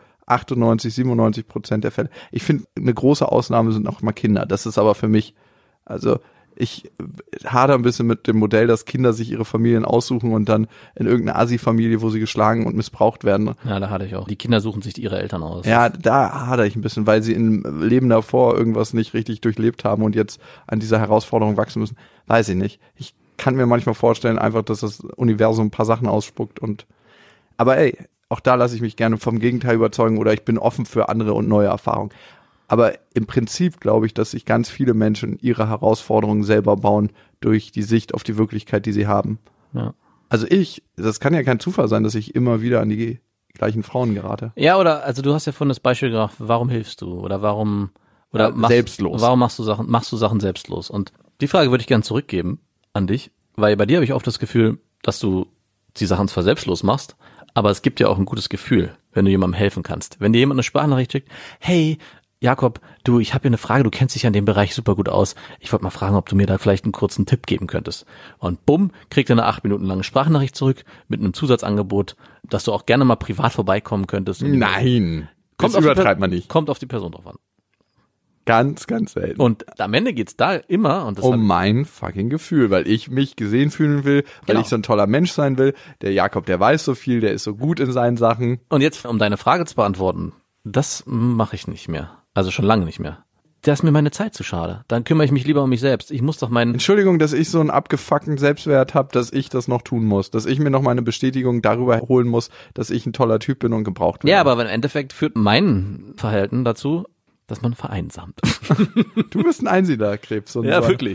98-97% der Fälle. Ich finde, eine große Ausnahme sind auch mal Kinder. Das ist aber für mich, also ich hadere ein bisschen mit dem Modell, dass Kinder sich ihre Familien aussuchen und dann in irgendeine Assi-Familie, wo sie geschlagen und missbraucht werden. Ja, da hadere ich auch. Die Kinder suchen sich ihre Eltern aus. Ja, da hadere ich ein bisschen, weil sie im Leben davor irgendwas nicht richtig durchlebt haben und jetzt an dieser Herausforderung wachsen müssen. Weiß ich nicht. Ich kann mir manchmal vorstellen, einfach, dass das Universum ein paar Sachen ausspuckt aber ey, auch da lasse ich mich gerne vom Gegenteil überzeugen oder ich bin offen für andere und neue Erfahrungen. Aber im Prinzip glaube ich, dass sich ganz viele Menschen ihre Herausforderungen selber bauen durch die Sicht auf die Wirklichkeit, die sie haben. Ja. Also das kann ja kein Zufall sein, dass ich immer wieder an die gleichen Frauen gerate. Ja, also du hast ja vorhin das Beispiel gemacht, warum hilfst du? Oder warum selbstlos. Warum machst du Sachen selbstlos? Und die Frage würde ich gerne zurückgeben an dich, weil bei dir habe ich oft das Gefühl, dass du die Sachen zwar selbstlos machst, aber es gibt ja auch ein gutes Gefühl, wenn du jemandem helfen kannst. Wenn dir jemand eine Sprachnachricht schickt, hey, Jakob, ich habe hier eine Frage, du kennst dich ja in dem Bereich super gut aus. Ich wollte mal fragen, ob du mir da vielleicht einen kurzen Tipp geben könntest. Und bumm, kriegt er eine 8 Minuten lange Sprachnachricht zurück mit einem Zusatzangebot, dass du auch gerne mal privat vorbeikommen könntest. Nein, das übertreibt man nicht. Kommt auf die Person drauf an. Ganz, ganz selten. Und am Ende geht's da immer um mein fucking Gefühl, weil ich mich gesehen fühlen will, weil ich so ein toller Mensch sein will. Der Jakob, der weiß so viel, der ist so gut in seinen Sachen. Und jetzt, um deine Frage zu beantworten, das mache ich nicht mehr. Also schon lange nicht mehr. Da ist mir meine Zeit zu schade. Dann kümmere ich mich lieber um mich selbst. Ich muss doch Entschuldigung, dass ich so einen abgefuckten Selbstwert habe, dass ich das noch tun muss. Dass ich mir noch meine Bestätigung darüber holen muss, dass ich ein toller Typ bin und gebraucht werde. Ja, aber im Endeffekt führt mein Verhalten dazu, dass man vereinsamt. Du bist ein Einsiedlerkrebs. Ja, wirklich.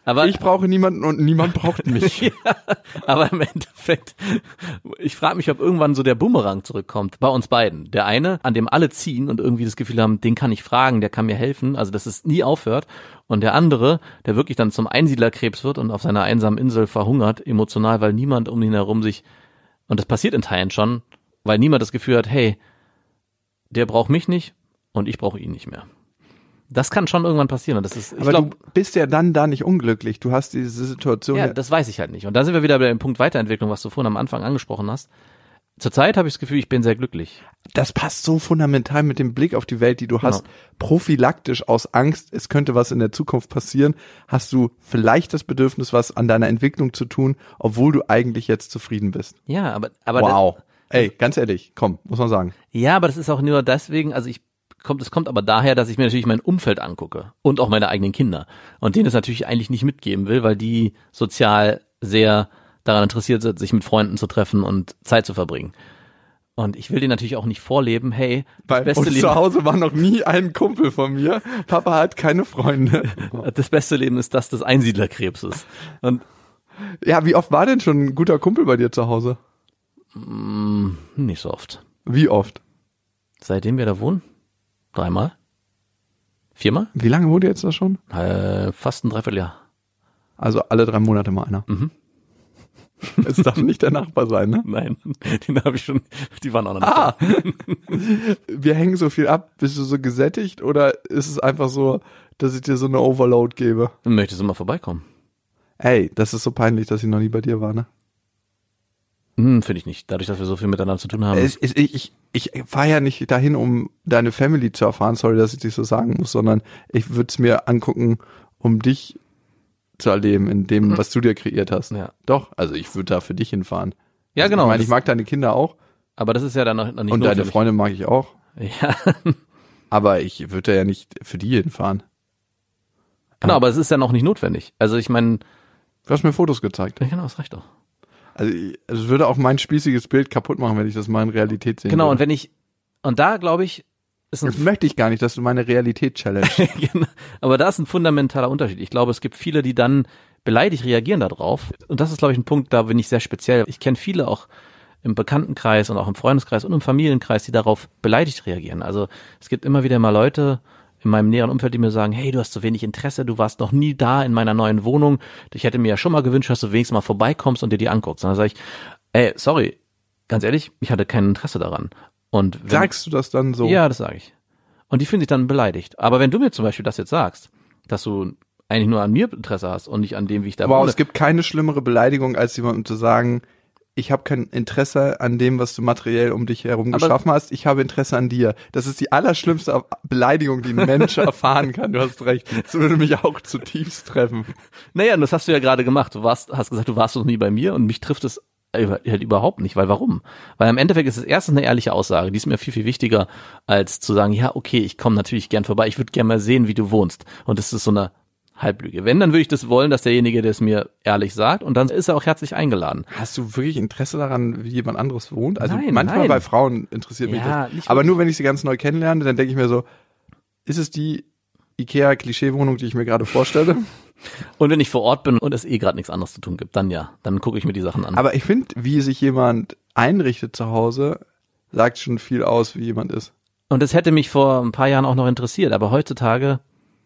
Aber ich brauche niemanden und niemand braucht mich. ja, aber im Endeffekt, ich frage mich, ob irgendwann so der Bumerang zurückkommt bei uns beiden. Der eine, an dem alle ziehen und irgendwie das Gefühl haben, den kann ich fragen, der kann mir helfen, also dass es nie aufhört. Und der andere, der wirklich dann zum Einsiedlerkrebs wird und auf seiner einsamen Insel verhungert, emotional, weil niemand um ihn herum sich, und das passiert in Teilen schon, weil niemand das Gefühl hat, hey, der braucht mich nicht und ich brauche ihn nicht mehr. Das kann schon irgendwann passieren. Und das ist, Aber du bist ja dann da nicht unglücklich. Du hast diese Situation. Ja, das weiß ich halt nicht. Und da sind wir wieder bei dem Punkt Weiterentwicklung, was du vorhin am Anfang angesprochen hast. Zurzeit habe ich das Gefühl, ich bin sehr glücklich. Das passt so fundamental mit dem Blick auf die Welt, die du hast. Prophylaktisch aus Angst, es könnte was in der Zukunft passieren, hast du vielleicht das Bedürfnis, was an deiner Entwicklung zu tun, obwohl du eigentlich jetzt zufrieden bist. Ja, aber wow. Ey, ganz ehrlich, komm, muss man sagen. Ja, aber das ist auch nur deswegen, also es kommt aber daher, dass ich mir natürlich mein Umfeld angucke und auch meine eigenen Kinder und denen es natürlich eigentlich nicht mitgeben will, weil die sozial sehr daran interessiert sind, sich mit Freunden zu treffen und Zeit zu verbringen. Und ich will denen natürlich auch nicht vorleben, hey, das beste Leben zu Hause war noch nie ein Kumpel von mir. Papa hat keine Freunde. Das beste Leben ist das des Einsiedlerkrebses. Und ja, wie oft war denn schon ein guter Kumpel bei dir zu Hause? Nicht so oft. Wie oft? Seitdem wir da wohnen? 3-mal? 4-mal? Wie lange wohnt ihr jetzt da schon? Fast ein Dreivierteljahr. Also alle 3 Monate mal einer. Mhm. Es darf nicht der Nachbar sein, ne? Nein, den habe ich schon, die waren auch noch nicht da. Wir hängen so viel ab. Bist du so gesättigt oder ist es einfach so, dass ich dir so eine Overload gebe? Möchtest du mal vorbeikommen? Ey, das ist so peinlich, dass ich noch nie bei dir war, ne? Finde ich nicht. Dadurch, dass wir so viel miteinander zu tun haben. Ich fahre ja nicht dahin, um deine Family zu erfahren, sorry, dass ich dich so sagen muss, sondern ich würde es mir angucken, um dich zu erleben in dem, was du dir kreiert hast. Ja. Doch, also ich würde da für dich hinfahren. Ja, also genau. Ich meine, ich mag deine Kinder auch. Aber das ist ja dann noch nicht und deine Freunde mag ich auch. Ja. Aber ich würde ja nicht für die hinfahren. Genau, aber es ist ja noch nicht notwendig. Also ich meine... Du hast mir Fotos gezeigt. Ja, genau, das reicht doch. Also es würde auch mein spießiges Bild kaputt machen, wenn ich das mal in Realität sehen Genau, würde. und da glaube ich, ist ein... Das möchte ich gar nicht, dass du meine Realität challenge. Genau. Aber da ist ein fundamentaler Unterschied. Ich glaube, es gibt viele, die dann beleidigt reagieren darauf. Und das ist, glaube ich, ein Punkt, da bin ich sehr speziell. Ich kenne viele auch im Bekanntenkreis und auch im Freundeskreis und im Familienkreis, die darauf beleidigt reagieren. Also es gibt immer wieder mal Leute in meinem näheren Umfeld, die mir sagen, hey, du hast so wenig Interesse, du warst noch nie da in meiner neuen Wohnung. Ich hätte mir ja schon mal gewünscht, dass du wenigstens mal vorbeikommst und dir die anguckst. Und dann sage ich, ey, sorry, ganz ehrlich, ich hatte kein Interesse daran. Und Sagst du das dann so? Ja, das sage ich. Und die fühlen sich dann beleidigt. Aber wenn du mir zum Beispiel das jetzt sagst, dass du eigentlich nur an mir Interesse hast und nicht an dem, wie ich da wohne. Aber es gibt keine schlimmere Beleidigung, als jemandem zu sagen, ich habe kein Interesse an dem, was du materiell um dich herum geschaffen hast. Ich habe Interesse an dir. Das ist die allerschlimmste Beleidigung, die ein Mensch erfahren kann. Du hast recht. Das würde mich auch zutiefst treffen. Naja, das hast du ja gerade gemacht. Hast gesagt, du warst noch nie bei mir und mich trifft es halt überhaupt nicht. Weil warum? Weil im Endeffekt ist es erstens eine ehrliche Aussage. Die ist mir viel, viel wichtiger, als zu sagen, ja, okay, ich komme natürlich gern vorbei. Ich würde gern mal sehen, wie du wohnst. Und das ist so eine Halblüge. Wenn, dann würde ich das wollen, dass derjenige, der es mir ehrlich sagt, und dann ist er auch herzlich eingeladen. Hast du wirklich Interesse daran, wie jemand anderes wohnt? Also nein, manchmal nein. bei Frauen interessiert mich Ja, das. nicht Aber wirklich. nur, wenn ich sie ganz neu kennenlerne, dann denke ich mir so, ist es die Ikea-Klischee-Wohnung, die ich mir gerade vorstelle? Und wenn ich vor Ort bin und es gerade nichts anderes zu tun gibt, dann ja. Dann gucke ich mir die Sachen an. Aber ich finde, wie sich jemand einrichtet zu Hause, sagt schon viel aus, wie jemand ist. Und das hätte mich vor ein paar Jahren auch noch interessiert. Aber heutzutage,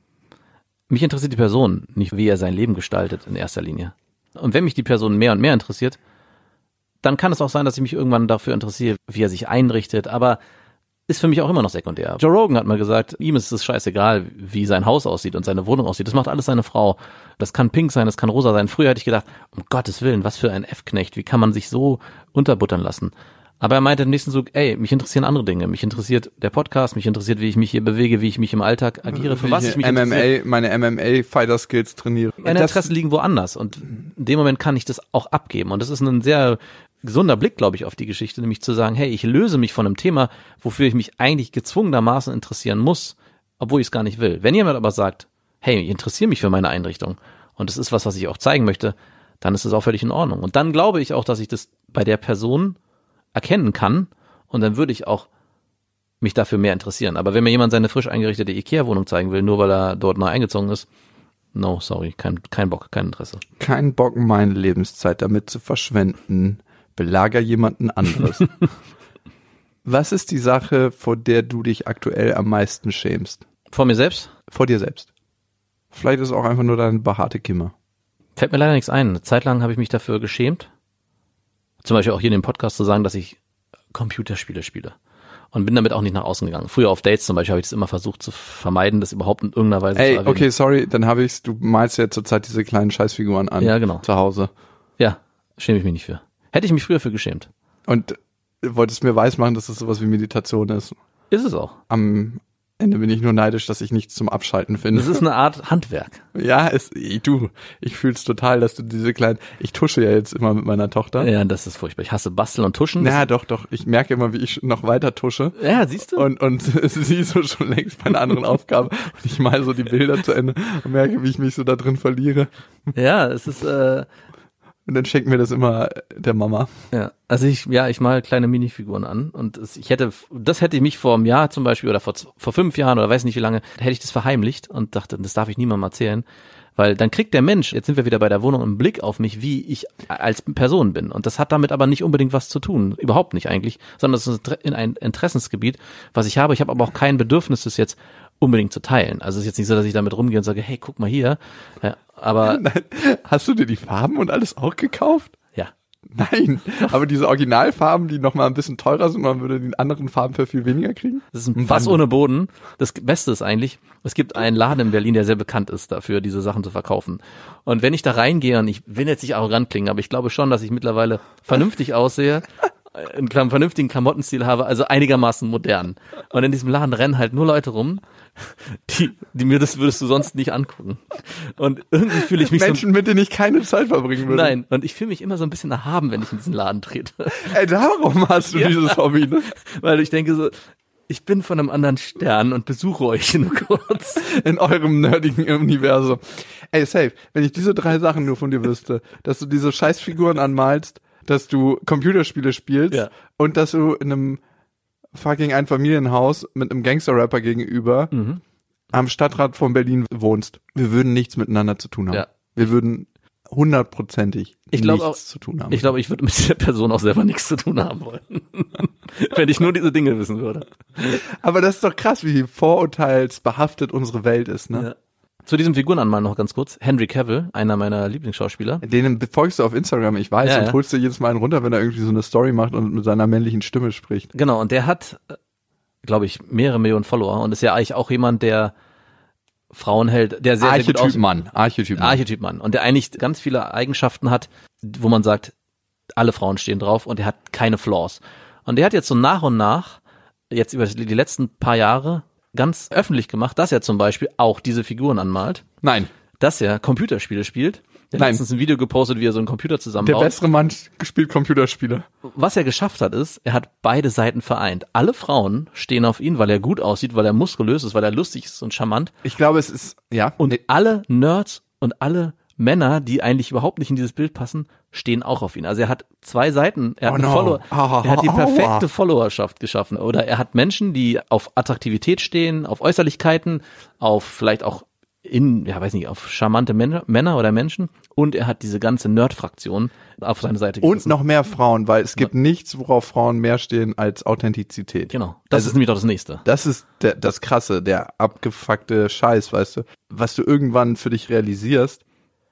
mich interessiert die Person, nicht wie er sein Leben gestaltet in erster Linie. Und wenn mich die Person mehr und mehr interessiert, dann kann es auch sein, dass ich mich irgendwann dafür interessiere, wie er sich einrichtet. Aber ist für mich auch immer noch sekundär. Joe Rogan hat mal gesagt, ihm ist es scheißegal, wie sein Haus aussieht und seine Wohnung aussieht. Das macht alles seine Frau. Das kann pink sein, das kann rosa sein. Früher hätte ich gedacht, um Gottes Willen, was für ein F-Knecht. Wie kann man sich so unterbuttern lassen? Aber er meinte im nächsten Zug, ey, mich interessieren andere Dinge. Mich interessiert der Podcast, mich interessiert, wie ich mich hier bewege, wie ich mich im Alltag agiere, für was ich mich interessiere. Meine MMA-Fighter-Skills trainiere. Meine Interessen liegen woanders und in dem Moment kann ich das auch abgeben. Und das ist ein sehr gesunder Blick, glaube ich, auf die Geschichte, nämlich zu sagen, hey, ich löse mich von einem Thema, wofür ich mich eigentlich gezwungenermaßen interessieren muss, obwohl ich es gar nicht will. Wenn jemand aber sagt, hey, ich interessiere mich für meine Einrichtung und das ist was ich auch zeigen möchte, dann ist es auch völlig in Ordnung. Und dann glaube ich auch, dass ich das bei der Person erkennen kann und dann würde ich auch mich dafür mehr interessieren. Aber wenn mir jemand seine frisch eingerichtete Ikea-Wohnung zeigen will, nur weil er dort neu eingezogen ist, No, sorry, kein Bock, kein Interesse. Kein Bock, meine Lebenszeit damit zu verschwenden. Belager jemanden anderes. Was ist die Sache, vor der du dich aktuell am meisten schämst? Vor mir selbst? Vor dir selbst. Vielleicht ist es auch einfach nur deine behaarte Kimme. Fällt mir leider nichts ein. Eine Zeit lang habe ich mich dafür geschämt. Zum Beispiel auch hier in dem Podcast zu sagen, dass ich Computerspiele spiele. Und bin damit auch nicht nach außen gegangen. Früher auf Dates zum Beispiel habe ich das immer versucht zu vermeiden, das überhaupt in irgendeiner Weise zu erwähnen. Okay, sorry, dann habe ich's. Du malst ja zurzeit diese kleinen Scheißfiguren an. Ja, genau. Zu Hause. Ja, schäme ich mich nicht für. Hätte ich mich früher für geschämt. Und wolltest mir weismachen, dass das sowas wie Meditation ist. Ist es auch. Am Ende bin ich nur neidisch, dass ich nichts zum Abschalten finde. Das ist eine Art Handwerk. Ja, ich fühl's total, dass du diese kleinen, ich tusche ja jetzt immer mit meiner Tochter. Ja, das ist furchtbar. Ich hasse Basteln und Tuschen. Ja, doch. Ich merke immer, wie ich noch weiter tusche. Ja, siehst du? Und sie so schon längst bei einer anderen Aufgabe. Und ich mal so die Bilder zu Ende und merke, wie ich mich so da drin verliere. Ja, es ist, Und dann schenkt mir das immer der Mama. ja, also ich male kleine Minifiguren an und das hätte ich mich vor einem Jahr zum Beispiel oder vor 5 Jahren oder weiß nicht wie lange, hätte ich das verheimlicht und dachte, das darf ich niemandem erzählen, weil dann kriegt der Mensch, jetzt sind wir wieder bei der Wohnung, einen Blick auf mich, wie ich als Person bin und das hat damit aber nicht unbedingt was zu tun, überhaupt nicht eigentlich, sondern das ist ein Interessensgebiet, was ich habe. Ich habe aber auch kein Bedürfnis, das jetzt unbedingt zu teilen. Also es ist jetzt nicht so, dass ich damit rumgehe und sage, hey, guck mal hier, ja, aber Hast du dir die Farben und alles auch gekauft? ja. Nein, aber diese Originalfarben, die nochmal ein bisschen teurer sind, man würde die anderen Farben für viel weniger kriegen? Das ist ein Fass ohne Boden. Das Beste ist eigentlich, es gibt einen Laden in Berlin, der sehr bekannt ist dafür, diese Sachen zu verkaufen. Und wenn ich da reingehe, und ich will jetzt nicht arrogant klingen, aber ich glaube schon, dass ich mittlerweile vernünftig aussehe, einen vernünftigen Klamottenstil habe, also einigermaßen modern. Und in diesem Laden rennen halt nur Leute rum, die mir das würdest du sonst nicht angucken. Und irgendwie fühle ich mich Menschen, mit denen ich keine Zeit verbringen würde. Nein, und ich fühle mich immer so ein bisschen erhaben, wenn ich in diesen Laden trete. Darum hast du dieses Hobby, ne? Weil ich denke so, ich bin von einem anderen Stern und besuche euch nur kurz. In eurem nerdigen Universum. Safe, wenn ich diese 3 Sachen nur von dir wüsste, dass du diese Scheißfiguren anmalst, dass du Computerspiele spielst und dass du in einem fucking Einfamilienhaus mit einem Gangster-Rapper gegenüber am Stadtrat von Berlin wohnst. Wir würden nichts miteinander zu tun haben. Ja. Wir würden 100%ig nichts zu tun haben. Ich glaube, ich würde mit dieser Person auch selber nichts zu tun haben wollen. Wenn ich nur diese Dinge wissen würde. Aber das ist doch krass, wie vorurteilsbehaftet unsere Welt ist, ne? Ja. Zu diesem Figurenanmalen noch ganz kurz. Henry Cavill, einer meiner Lieblingsschauspieler. Den folgst du auf Instagram, ich weiß, und holst dir jedes Mal einen runter, wenn er irgendwie so eine Story macht und mit seiner männlichen Stimme spricht. Genau, und der hat, glaube ich, mehrere Millionen Follower und ist ja eigentlich auch jemand, der Frauen hält, der sehr, sehr gut aussieht. Archetypmann. Und der eigentlich ganz viele Eigenschaften hat, wo man sagt, alle Frauen stehen drauf und der hat keine Flaws. Und der hat jetzt so nach und nach, jetzt über die letzten paar Jahre, ganz öffentlich gemacht, dass er zum Beispiel auch diese Figuren anmalt. Nein. Dass er Computerspiele spielt. Der hat letztens ein Video gepostet, wie er so einen Computer zusammenbaut. Der bessere Mann spielt Computerspiele. Was er geschafft hat, ist, er hat beide Seiten vereint. Alle Frauen stehen auf ihn, weil er gut aussieht, weil er muskulös ist, weil er lustig ist und charmant. Ich glaube, es ist, ja. Und alle Nerds und alle Männer, die eigentlich überhaupt nicht in dieses Bild passen, stehen auch auf ihn. Also er hat 2 Seiten, er hat die perfekte Followerschaft geschaffen. Oder er hat Menschen, die auf Attraktivität stehen, auf Äußerlichkeiten, auf vielleicht auch auf charmante Männer oder Menschen. Und er hat diese ganze Nerd-Fraktion auf seine Seite gelassen. Und noch mehr Frauen, weil es gibt nichts, worauf Frauen mehr stehen als Authentizität. Genau. Das ist nämlich doch das Nächste. Das ist das Krasse, der abgefuckte Scheiß, weißt du, was du irgendwann für dich realisierst.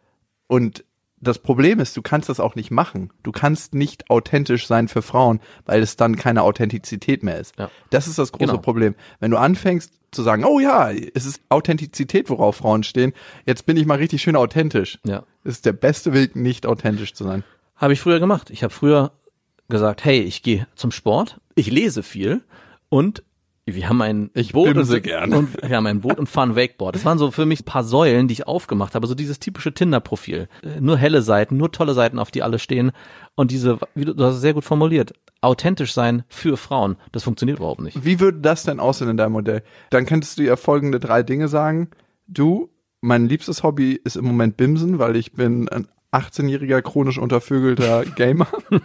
Und das Problem ist, du kannst das auch nicht machen. Du kannst nicht authentisch sein für Frauen, weil es dann keine Authentizität mehr ist. Ja. Das ist das große Problem. Wenn du anfängst zu sagen, oh ja, es ist Authentizität, worauf Frauen stehen, jetzt bin ich mal richtig schön authentisch. Ja. Das ist der beste Weg, nicht authentisch zu sein. Habe ich früher gemacht. Ich habe früher gesagt, hey, ich gehe zum Sport, ich lese viel und wir haben ein Boot und fahren Wakeboard. Das waren so für mich ein paar Säulen, die ich aufgemacht habe, so dieses typische Tinder-Profil. Nur helle Seiten, nur tolle Seiten, auf die alle stehen. Und du hast es sehr gut formuliert, authentisch sein für Frauen, das funktioniert überhaupt nicht. Wie würde das denn aussehen in deinem Modell? Dann könntest du ja folgende 3 Dinge sagen. Mein liebstes Hobby ist im Moment Bimsen, weil ich bin ein 18-jähriger chronisch untervögelter Gamer.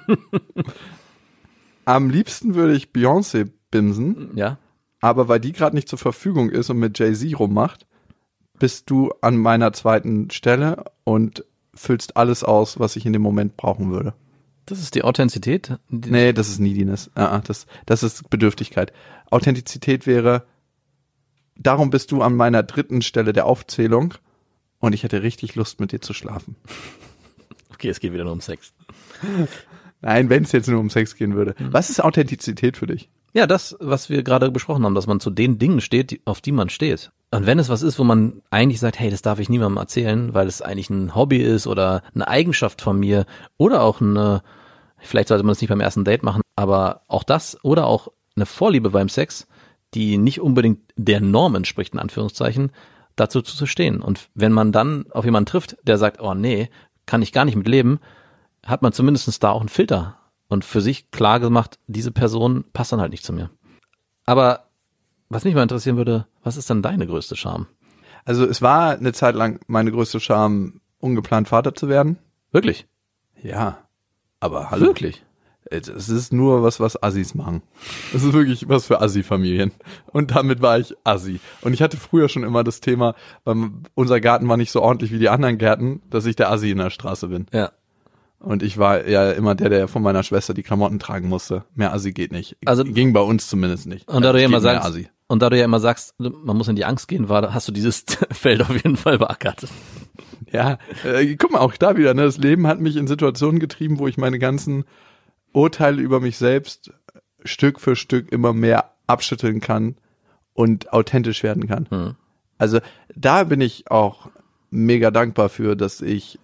Am liebsten würde ich Beyoncé bimsen. Ja. Aber weil die gerade nicht zur Verfügung ist und mit Jay-Z rummacht, bist du an meiner zweiten Stelle und füllst alles aus, was ich in dem Moment brauchen würde. Das ist die Authentizität? Nee, das ist Neediness. Das ist Bedürftigkeit. Authentizität wäre, darum bist du an meiner dritten Stelle der Aufzählung und ich hätte richtig Lust, mit dir zu schlafen. Okay, es geht wieder nur um Sex. Nein, wenn es jetzt nur um Sex gehen würde. Was ist Authentizität für dich? Ja, das, was wir gerade besprochen haben, dass man zu den Dingen steht, auf die man steht. Und wenn es was ist, wo man eigentlich sagt, hey, das darf ich niemandem erzählen, weil es eigentlich ein Hobby ist oder eine Eigenschaft von mir oder auch vielleicht sollte man es nicht beim ersten Date machen, aber auch das oder auch eine Vorliebe beim Sex, die nicht unbedingt der Norm entspricht, in Anführungszeichen, dazu zu stehen. Und wenn man dann auf jemanden trifft, der sagt, oh nee, kann ich gar nicht mit leben, hat man zumindest da auch einen Filter und für sich klar gemacht, diese Person passt dann halt nicht zu mir. Aber was mich mal interessieren würde, was ist dann deine größte Scham? Also es war eine Zeit lang meine größte Scham, ungeplant Vater zu werden. Wirklich? Ja, aber hallo. Wirklich? Es ist nur was Assis machen. Es ist wirklich was für Assi-Familien. Und damit war ich Assi. Und ich hatte früher schon immer das Thema, unser Garten war nicht so ordentlich wie die anderen Gärten, dass ich der Assi in der Straße bin. Ja. Und ich war ja immer der von meiner Schwester die Klamotten tragen musste. Mehr Assi geht nicht. Also ging bei uns zumindest nicht. Und da du ja immer sagst, sagst, man muss in die Angst gehen, hast du dieses Feld auf jeden Fall beackert. Ja, guck mal, auch da wieder, ne? Das Leben hat mich in Situationen getrieben, wo ich meine ganzen Urteile über mich selbst Stück für Stück immer mehr abschütteln kann und authentisch werden kann. Also da bin ich auch mega dankbar für, dass ich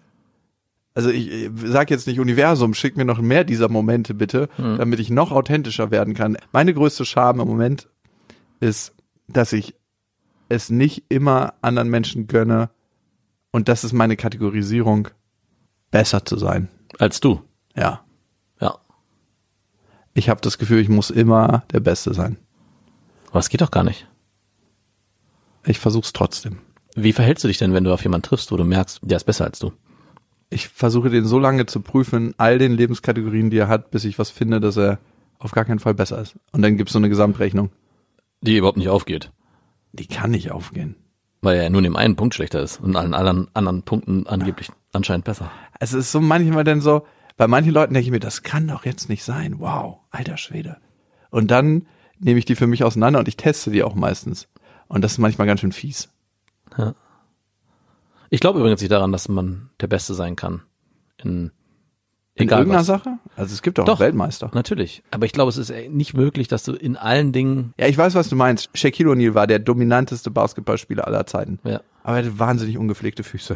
sag jetzt nicht Universum, schick mir noch mehr dieser Momente bitte, damit ich noch authentischer werden kann. Meine größte Scham im Moment ist, dass ich es nicht immer anderen Menschen gönne und das ist meine Kategorisierung, besser zu sein. Als du? Ja. Ja. Ich habe das Gefühl, ich muss immer der Beste sein. Aber es geht doch gar nicht. Ich versuch's trotzdem. Wie verhältst du dich denn, wenn du auf jemanden triffst, wo du merkst, der ist besser als du? Ich versuche den so lange zu prüfen, all den Lebenskategorien, die er hat, bis ich was finde, dass er auf gar keinen Fall besser ist. Und dann gibt's so eine Gesamtrechnung. Die überhaupt nicht aufgeht. Die kann nicht aufgehen. Weil er nur in dem einen Punkt schlechter ist und allen anderen Punkten angeblich anscheinend besser. Es ist so manchmal dann so, bei manchen Leuten denke ich mir, das kann doch jetzt nicht sein. Wow, alter Schwede. Und dann nehme ich die für mich auseinander und ich teste die auch meistens. Und das ist manchmal ganz schön fies. Ja. Ich glaube übrigens nicht daran, dass man der Beste sein kann. In irgendeiner Sache? Also es gibt auch Weltmeister. Natürlich. Aber ich glaube, es ist nicht möglich, dass du in allen Dingen... Ja, ich weiß, was du meinst. Shaquille O'Neal war der dominanteste Basketballspieler aller Zeiten. Ja. Aber er hatte wahnsinnig ungepflegte Füße.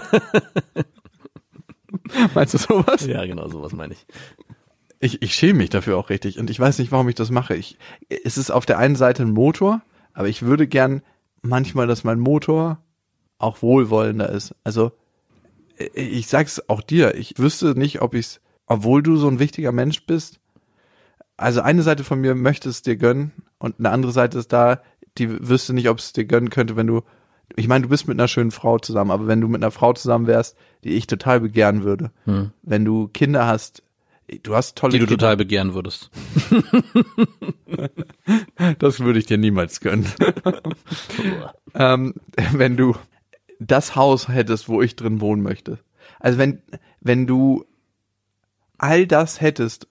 Meinst du sowas? Ja, genau, sowas meine ich. Ich schäme mich dafür auch richtig. Und ich weiß nicht, warum ich das mache. Es ist auf der einen Seite ein Motor, aber ich würde gern manchmal, dass mein Motor auch wohlwollender ist. Also ich sag's auch dir, ich wüsste nicht, obwohl du so ein wichtiger Mensch bist, also eine Seite von mir möchte es dir gönnen und eine andere Seite ist da, die wüsste nicht, ob es dir gönnen könnte, wenn du, ich meine, du bist mit einer schönen Frau zusammen, aber wenn du mit einer Frau zusammen wärst, die ich total begehren würde, wenn du Kinder hast, du hast tolle Kinder. Die du Kinder. total begehren würdest. Das würde ich dir niemals gönnen. Wenn du das Haus hättest, wo ich drin wohnen möchte. Also wenn du all das hättest,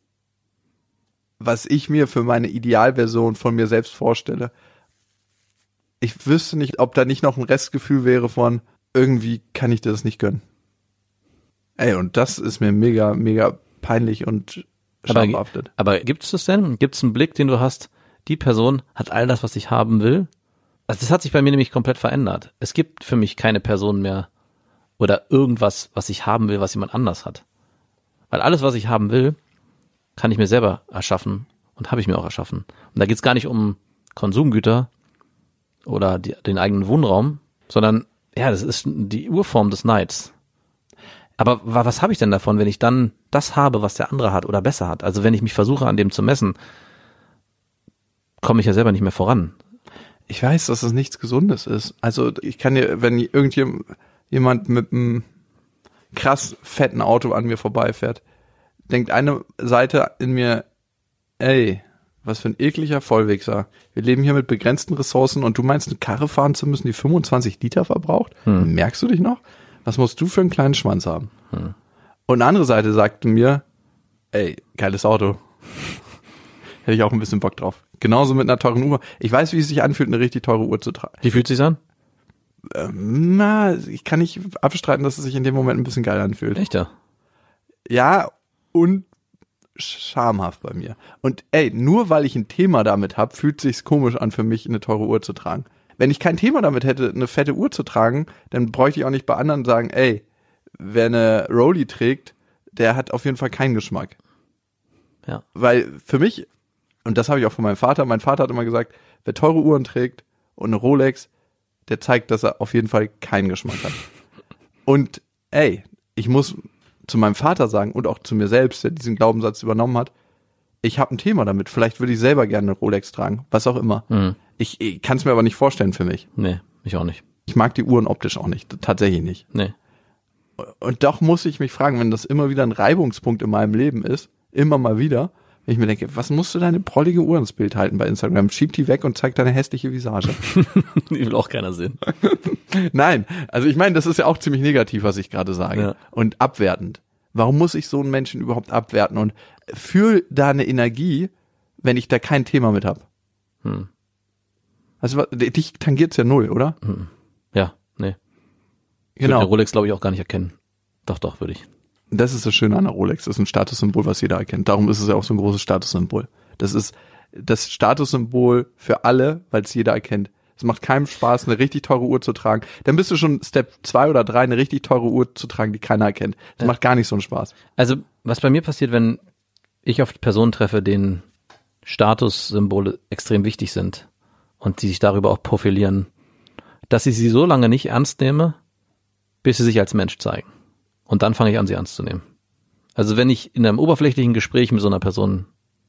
was ich mir für meine Idealversion von mir selbst vorstelle, ich wüsste nicht, ob da nicht noch ein Restgefühl wäre von, irgendwie kann ich dir das nicht gönnen. Ey, und das ist mir mega, mega peinlich und schambehaftet. Aber gibt's das denn? Gibt's einen Blick, den du hast, die Person hat all das, was ich haben will? Also das hat sich bei mir nämlich komplett verändert. Es gibt für mich keine Person mehr oder irgendwas, was ich haben will, was jemand anders hat. Weil alles, was ich haben will, kann ich mir selber erschaffen und habe ich mir auch erschaffen. Und da geht's gar nicht um Konsumgüter oder den eigenen Wohnraum, sondern ja, das ist die Urform des Neids. Aber was habe ich denn davon, wenn ich dann das habe, was der andere hat oder besser hat? Also wenn ich mich versuche, an dem zu messen, komme ich ja selber nicht mehr voran. Ich weiß, dass es nichts Gesundes ist. Also ich kann dir, wenn irgendjemand mit einem krass fetten Auto an mir vorbeifährt, denkt eine Seite in mir, ey, Was für ein ekliger Vollwichser. Wir leben hier mit begrenzten Ressourcen und du meinst, eine Karre fahren zu müssen, die 25 Liter verbraucht? Merkst du dich noch? Was musst du für einen kleinen Schwanz haben? Und eine andere Seite sagte mir, ey, geiles Auto. Hätte ich auch ein bisschen Bock drauf. Genauso mit einer teuren Uhr. Ich weiß, wie es sich anfühlt, eine richtig teure Uhr zu tragen. Wie fühlt es sich an? Ich kann nicht abstreiten, dass es sich in dem Moment ein bisschen geil anfühlt. Echt, ja? Ja, und schamhaft bei mir. Und ey, nur weil ich ein Thema damit habe, fühlt sich's komisch an für mich, eine teure Uhr zu tragen. Wenn ich kein Thema damit hätte, eine fette Uhr zu tragen, dann bräuchte ich auch nicht bei anderen sagen, ey, wer eine Rolli trägt, der hat auf jeden Fall keinen Geschmack. Ja. Weil für mich, und das habe ich auch von meinem Vater hat immer gesagt, wer teure Uhren trägt und eine Rolex, der zeigt, dass er auf jeden Fall keinen Geschmack hat. Und ey, ich muss zu meinem Vater sagen und auch zu mir selbst, der diesen Glaubenssatz übernommen hat, ich habe ein Thema damit. Vielleicht würde ich selber gerne eine Rolex tragen, was auch immer. Ich kann es mir aber nicht vorstellen für mich. Nee, ich auch nicht. Ich mag die Uhren optisch auch nicht, tatsächlich nicht. Nee. Und doch muss ich mich fragen, wenn das immer wieder ein Reibungspunkt in meinem Leben ist, immer mal wieder, wenn ich mir denke, was musst du deine prollige Uhr ins Bild halten bei Instagram? Schieb die weg und zeig deine hässliche Visage. Die will auch keiner sehen. Nein, also ich meine, das ist ja auch ziemlich negativ, was ich gerade sage. Ja. Und abwertend. Warum muss ich so einen Menschen überhaupt abwerten? Und fühl da eine Energie, wenn ich da kein Thema mit habe. Also dich tangiert's ja null, oder? Ja, nee. Ich Genau. würde eine Rolex, glaube ich, auch gar nicht erkennen. Doch, würde ich. Das ist das Schöne an der Rolex. Das ist ein Statussymbol, was jeder erkennt. Darum ist es ja auch so ein großes Statussymbol. Das ist das Statussymbol für alle, weil es jeder erkennt. Es macht keinem Spaß, eine richtig teure Uhr zu tragen. Dann bist du schon Step 2 oder 3, eine richtig teure Uhr zu tragen, die keiner erkennt. Das macht gar nicht so einen Spaß. Also, was bei mir passiert, wenn ich auf Personen treffe, denen Statussymbole extrem wichtig sind und die sich darüber auch profilieren, dass ich sie so lange nicht ernst nehme, bis sie sich als Mensch zeigen. Und dann fange ich an, sie ernst zu nehmen. Also wenn ich in einem oberflächlichen Gespräch mit so einer Person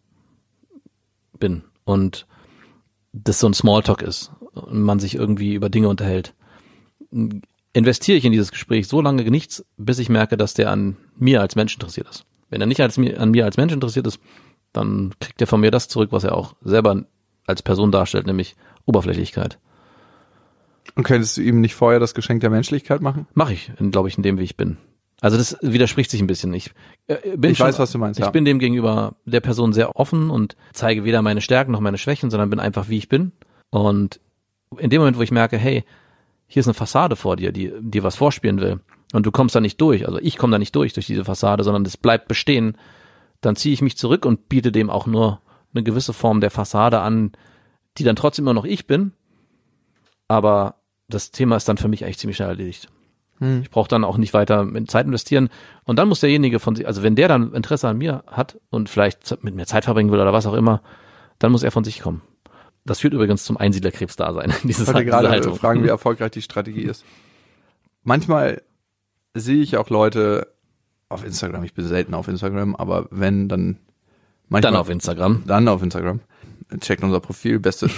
bin und das so ein Smalltalk ist und man sich irgendwie über Dinge unterhält, investiere ich in dieses Gespräch so lange nichts, bis ich merke, dass der an mir als Mensch interessiert ist. Wenn er nicht an mir als Mensch interessiert ist, dann kriegt er von mir das zurück, was er auch selber als Person darstellt, nämlich Oberflächlichkeit. Und könntest du ihm nicht vorher das Geschenk der Menschlichkeit machen? Mache ich, glaube ich, in dem, wie ich bin. Also das widerspricht sich ein bisschen. Ich weiß, was du meinst. Ich bin dem gegenüber der Person sehr offen und zeige weder meine Stärken noch meine Schwächen, sondern bin einfach, wie ich bin. Und in dem Moment, wo ich merke, hey, hier ist eine Fassade vor dir, die dir was vorspielen will und du kommst da nicht durch, also ich komme da nicht durch diese Fassade, sondern es bleibt bestehen, dann ziehe ich mich zurück und biete dem auch nur eine gewisse Form der Fassade an, die dann trotzdem immer noch ich bin, aber das Thema ist dann für mich eigentlich ziemlich schnell erledigt. Ich brauche dann auch nicht weiter Zeit investieren. Und dann muss derjenige von sich, also wenn der dann Interesse an mir hat und vielleicht mit mir Zeit verbringen will oder was auch immer, dann muss er von sich kommen. Das führt übrigens zum Einsiedlerkrebsdasein. Ich wollte gerade fragen, wie erfolgreich die Strategie ist. Manchmal sehe ich auch Leute auf Instagram, ich bin selten auf Instagram, aber wenn, dann manchmal. Dann auf Instagram. Checkt unser Profil, beste.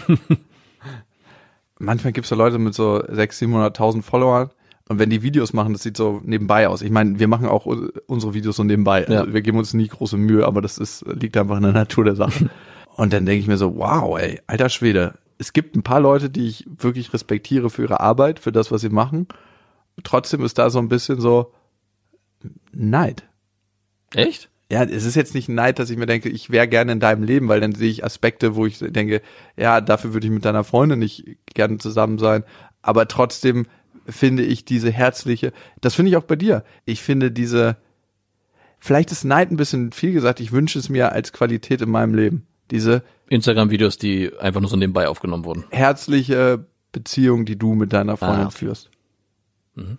Manchmal gibt's da Leute mit so 600.000, 700.000 Followern. Und wenn die Videos machen, das sieht so nebenbei aus. Ich meine, wir machen auch unsere Videos so nebenbei. Also ja. Wir geben uns nie große Mühe, aber das liegt einfach in der Natur der Sache. Und dann denke ich mir so, wow, ey, alter Schwede. Es gibt ein paar Leute, die ich wirklich respektiere für ihre Arbeit, für das, was sie machen. Trotzdem ist da so ein bisschen so Neid. Echt? Ja, es ist jetzt nicht Neid, dass ich mir denke, ich wäre gerne in deinem Leben, weil dann sehe ich Aspekte, wo ich denke, ja, dafür würde ich mit deiner Freundin nicht gerne zusammen sein. Aber trotzdem finde ich diese herzliche, das finde ich auch bei dir. Ich finde vielleicht ist Neid ein bisschen viel gesagt, ich wünsche es mir als Qualität in meinem Leben. Diese Instagram-Videos, die einfach nur so nebenbei aufgenommen wurden. Herzliche Beziehung, die du mit deiner Freundin führst. Mhm.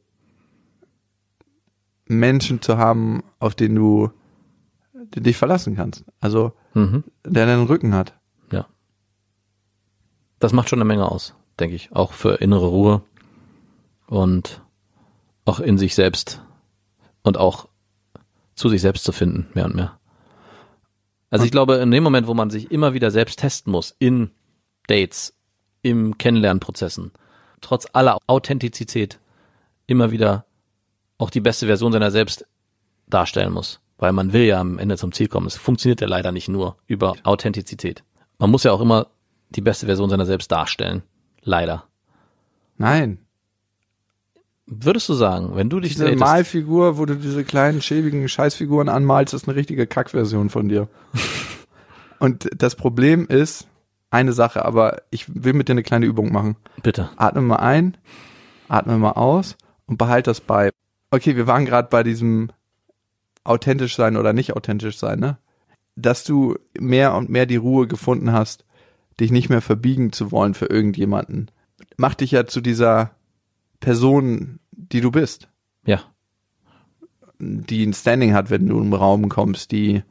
Menschen zu haben, auf denen du dich verlassen kannst. Also, der deinen Rücken hat. Ja. Das macht schon eine Menge aus, denke ich. Auch für innere Ruhe. Und auch in sich selbst und auch zu sich selbst zu finden, mehr und mehr. Also ich glaube, in dem Moment, wo man sich immer wieder selbst testen muss, in Dates, im Kennenlernprozessen, trotz aller Authentizität immer wieder auch die beste Version seiner selbst darstellen muss, weil man will ja am Ende zum Ziel kommen. Es funktioniert ja leider nicht nur über Authentizität. Man muss ja auch immer die beste Version seiner selbst darstellen. Leider. Nein. Würdest du sagen, wenn du dich Diese Malfigur, wo du diese kleinen, schäbigen Scheißfiguren anmalst, ist eine richtige Kackversion von dir. Und das Problem ist, eine Sache, aber ich will mit dir eine kleine Übung machen. Bitte. Atme mal ein, atme mal aus und behalte das bei. Okay, wir waren gerade bei diesem authentisch sein oder nicht authentisch sein, ne? Dass du mehr und mehr die Ruhe gefunden hast, dich nicht mehr verbiegen zu wollen für irgendjemanden, macht dich ja zu dieser Person, die du bist. Ja. Die ein Standing hat, wenn du in einen Raum kommst, die,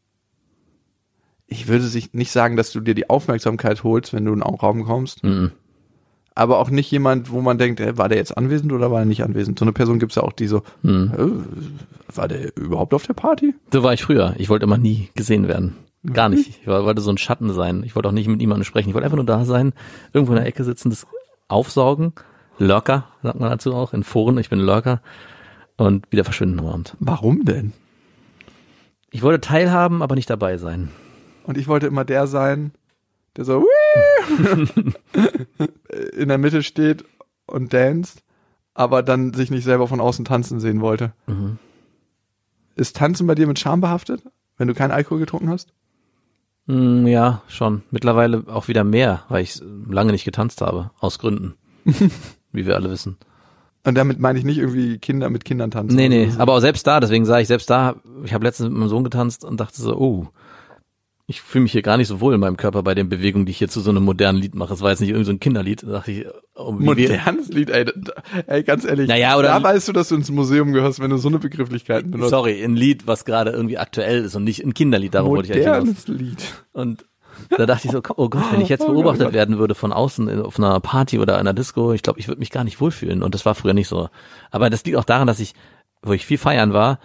ich würde nicht sagen, dass du dir die Aufmerksamkeit holst, wenn du in einen Raum kommst, aber auch nicht jemand, wo man denkt, war der jetzt anwesend oder war er nicht anwesend? So eine Person gibt's ja auch, die so, war der überhaupt auf der Party? So war ich früher. Ich wollte immer nie gesehen werden. Gar nicht. Ich wollte so ein Schatten sein. Ich wollte auch nicht mit niemandem sprechen. Ich wollte einfach nur da sein, irgendwo in der Ecke sitzen, das aufsaugen. Lurker, sagt man dazu auch, in Foren. Ich bin Lurker. Und wieder verschwinden am Abend. Warum denn? Ich wollte teilhaben, aber nicht dabei sein. Und ich wollte immer der sein, der so in der Mitte steht und danst, aber dann sich nicht selber von außen tanzen sehen wollte. Mhm. Ist Tanzen bei dir mit Scham behaftet, wenn du keinen Alkohol getrunken hast? Ja, schon. Mittlerweile auch wieder mehr, weil ich lange nicht getanzt habe. Aus Gründen. Wie wir alle wissen. Und damit meine ich nicht irgendwie Kinder mit Kindern tanzen. Nee, aber auch selbst da, deswegen sage ich, selbst da, ich habe letztens mit meinem Sohn getanzt und dachte so, ich fühle mich hier gar nicht so wohl in meinem Körper bei den Bewegungen, die ich hier zu so einem modernen Lied mache. Es war jetzt nicht irgendwie so ein Kinderlied. Da dachte ich, modernes Lied, ey, ganz ehrlich. Naja, oder da weißt du, dass du ins Museum gehörst, wenn du so eine Begrifflichkeiten benutzt. Sorry, ein Lied, was gerade irgendwie aktuell ist und nicht ein Kinderlied. Darauf wollte ich eigentlich hinaus. Modernes Lied. Und da dachte ich so, oh Gott, wenn ich jetzt beobachtet werden würde von außen auf einer Party oder einer Disco, ich glaube, ich würde mich gar nicht wohlfühlen. Und das war früher nicht so. Aber das liegt auch daran, dass wo ich viel feiern war,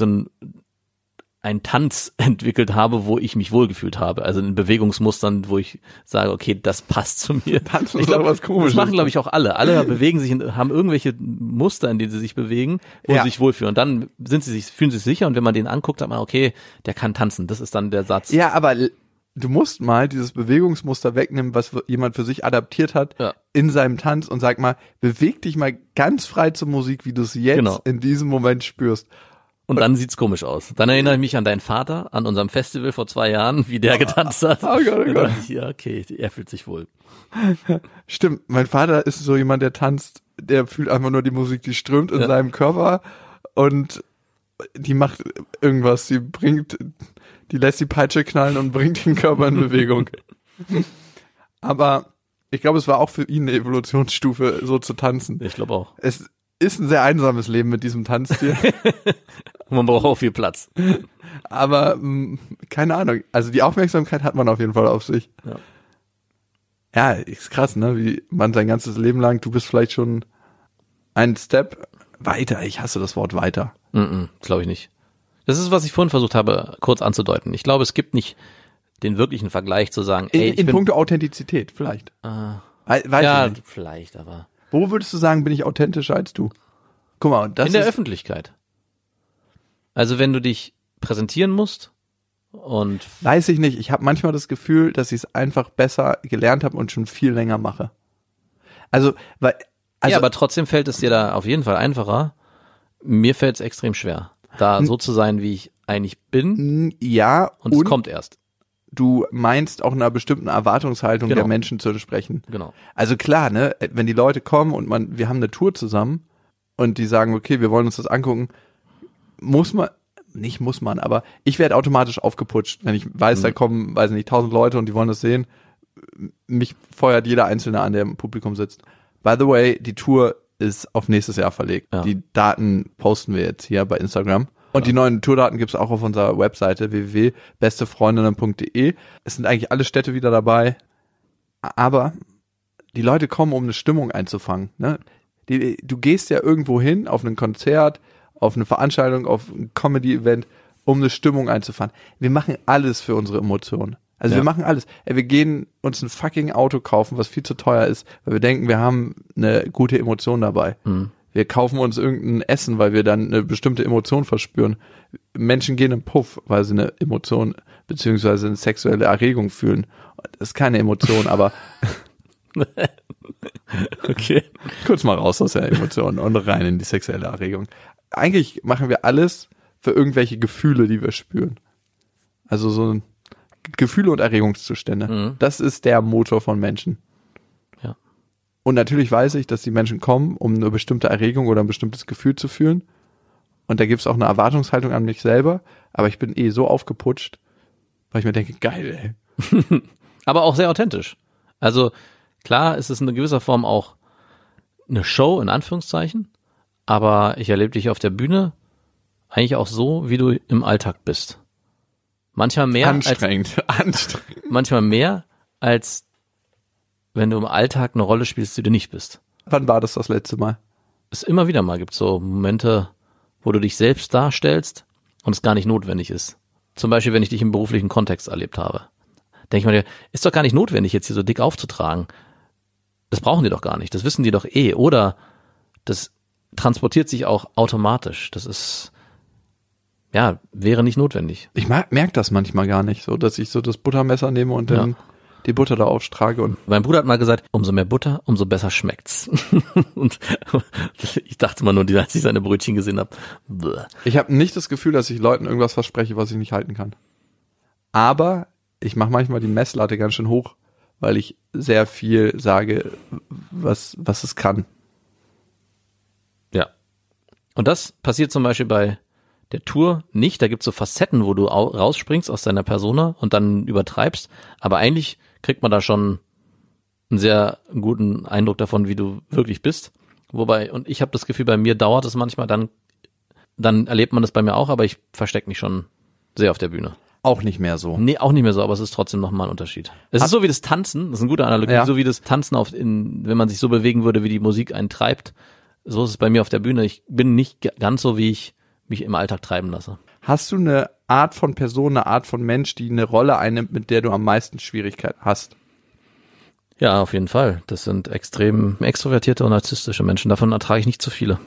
einen Tanz entwickelt habe, wo ich mich wohlgefühlt habe. Also in Bewegungsmustern, wo ich sage, okay, das passt zu mir. Tanzen ist was Komisches. Das machen, glaube ich, auch alle. Alle bewegen sich, haben irgendwelche Muster, in denen sie sich bewegen, wo sie sich wohlfühlen. Und dann fühlen sie sich sicher. Und wenn man den anguckt, sagt man, okay, der kann tanzen. Das ist dann der Satz. Ja, aber du musst mal dieses Bewegungsmuster wegnehmen, was jemand für sich adaptiert hat in seinem Tanz und sag mal, beweg dich mal ganz frei zur Musik, wie du es jetzt in diesem Moment spürst. Und dann sieht's komisch aus. Dann erinnere ich mich an deinen Vater, an unserem Festival vor 2 Jahren, wie der getanzt hat. Oh Gott, oh Gott. Ja, okay, er fühlt sich wohl. Stimmt, mein Vater ist so jemand, der tanzt, der fühlt einfach nur die Musik, die strömt in seinem Körper und die macht irgendwas, die lässt die Peitsche knallen und bringt den Körper in Bewegung. Aber ich glaube, es war auch für ihn eine Evolutionsstufe, so zu tanzen. Ich glaube auch. Es ist ein sehr einsames Leben mit diesem Tanzstil. Man braucht auch viel Platz. Aber keine Ahnung. Also die Aufmerksamkeit hat man auf jeden Fall auf sich. Ja, ist krass, ne? Wie man sein ganzes Leben lang, du bist vielleicht schon einen Step weiter. Ich hasse das Wort weiter. Das glaube ich nicht. Das ist, was ich vorhin versucht habe, kurz anzudeuten. Ich glaube, es gibt nicht den wirklichen Vergleich zu sagen, ey, in puncto Authentizität, vielleicht. Weiß ich nicht. Vielleicht, aber. Wo würdest du sagen, bin ich authentischer als du? Guck mal, das in der Öffentlichkeit. Also wenn du dich präsentieren musst und... Weiß ich nicht. Ich habe manchmal das Gefühl, dass ich es einfach besser gelernt habe und schon viel länger mache. Ja, aber trotzdem fällt es dir da auf jeden Fall einfacher. Mir fällt es extrem schwer, da so zu sein, wie ich eigentlich bin. Ja. Und es kommt erst. Du meinst auch einer bestimmten Erwartungshaltung der Menschen zu entsprechen. Genau. Also klar, ne, wenn die Leute kommen und wir haben eine Tour zusammen und die sagen, okay, wir wollen uns das angucken, aber ich werde automatisch aufgeputscht, wenn ich weiß, da kommen, weiß nicht, 1000 Leute und die wollen das sehen. Mich feuert jeder Einzelne an, der im Publikum sitzt. By the way, die Tour ist auf nächstes Jahr verlegt. Ja. Die Daten posten wir jetzt hier bei Instagram. Und die neuen Tourdaten gibt's auch auf unserer Webseite www.bestefreundinnen.de. Es sind eigentlich alle Städte wieder dabei. Aber die Leute kommen, um eine Stimmung einzufangen. Ne? Du gehst ja irgendwo hin, auf ein Konzert, auf eine Veranstaltung, auf ein Comedy-Event, um eine Stimmung einzufangen. Wir machen alles für unsere Emotionen. Also wir machen alles. Wir gehen uns ein fucking Auto kaufen, was viel zu teuer ist, weil wir denken, wir haben eine gute Emotion dabei. Wir kaufen uns irgendein Essen, weil wir dann eine bestimmte Emotion verspüren. Menschen gehen im Puff, weil sie eine Emotion beziehungsweise eine sexuelle Erregung fühlen. Das ist keine Emotion, aber Okay. kurz mal raus aus der Emotion und rein in die sexuelle Erregung. Eigentlich machen wir alles für irgendwelche Gefühle, die wir spüren. Also so Gefühle und Erregungszustände. Mhm. Das ist der Motor von Menschen. Ja. Und natürlich weiß ich, dass die Menschen kommen, um eine bestimmte Erregung oder ein bestimmtes Gefühl zu fühlen. Und da gibt es auch eine Erwartungshaltung an mich selber. Aber ich bin so aufgeputscht, weil ich mir denke, geil, ey. Aber auch sehr authentisch. Also klar ist es in gewisser Form auch eine Show, in Anführungszeichen. Aber ich erlebe dich auf der Bühne eigentlich auch so, wie du im Alltag bist. Manchmal mehr Anstrengend. manchmal mehr, als wenn du im Alltag eine Rolle spielst, die du nicht bist. Wann war das letzte Mal? Es immer wieder mal gibt so Momente, wo du dich selbst darstellst und es gar nicht notwendig ist. Zum Beispiel, wenn ich dich im beruflichen Kontext erlebt habe. Denke ich mir, ist doch gar nicht notwendig, jetzt hier so dick aufzutragen. Das brauchen die doch gar nicht. Das wissen die doch eh. Oder das transportiert sich auch automatisch. Das ist, ja, wäre nicht notwendig. Ich merke das manchmal gar nicht, so dass ich so das Buttermesser nehme und dann die Butter da auftrage. Und Mein Bruder hat mal gesagt, umso mehr Butter, umso besser schmeckt's. Und ich dachte mal nur, als ich seine Brötchen gesehen habe. ich habe nicht das Gefühl, dass ich Leuten irgendwas verspreche, was ich nicht halten kann. Aber ich mache manchmal die Messlatte ganz schön hoch, weil ich sehr viel sage, was es kann. Ja. Und das passiert zum Beispiel bei der Tour nicht. Da gibt's so Facetten, wo du rausspringst aus deiner Persona und dann übertreibst. Aber eigentlich kriegt man da schon einen sehr guten Eindruck davon, wie du wirklich bist. Wobei, und ich habe das Gefühl, bei mir dauert es manchmal, dann erlebt man das bei mir auch, aber ich verstecke mich schon sehr auf der Bühne. Auch nicht mehr so. Nee, auch nicht mehr so, aber es ist trotzdem nochmal ein Unterschied. Es ist so wie das Tanzen, das ist eine gute Analogie, Ja. so wie das Tanzen wenn man sich so bewegen würde, wie die Musik einen treibt. So ist es bei mir auf der Bühne. Ich bin nicht ganz so, wie ich mich im Alltag treiben lasse. Hast du eine Art von Person, eine Art von Mensch, die eine Rolle einnimmt, mit der du am meisten Schwierigkeiten hast? Ja, auf jeden Fall. Das sind extrem extrovertierte und narzisstische Menschen. Davon ertrage ich nicht zu viele.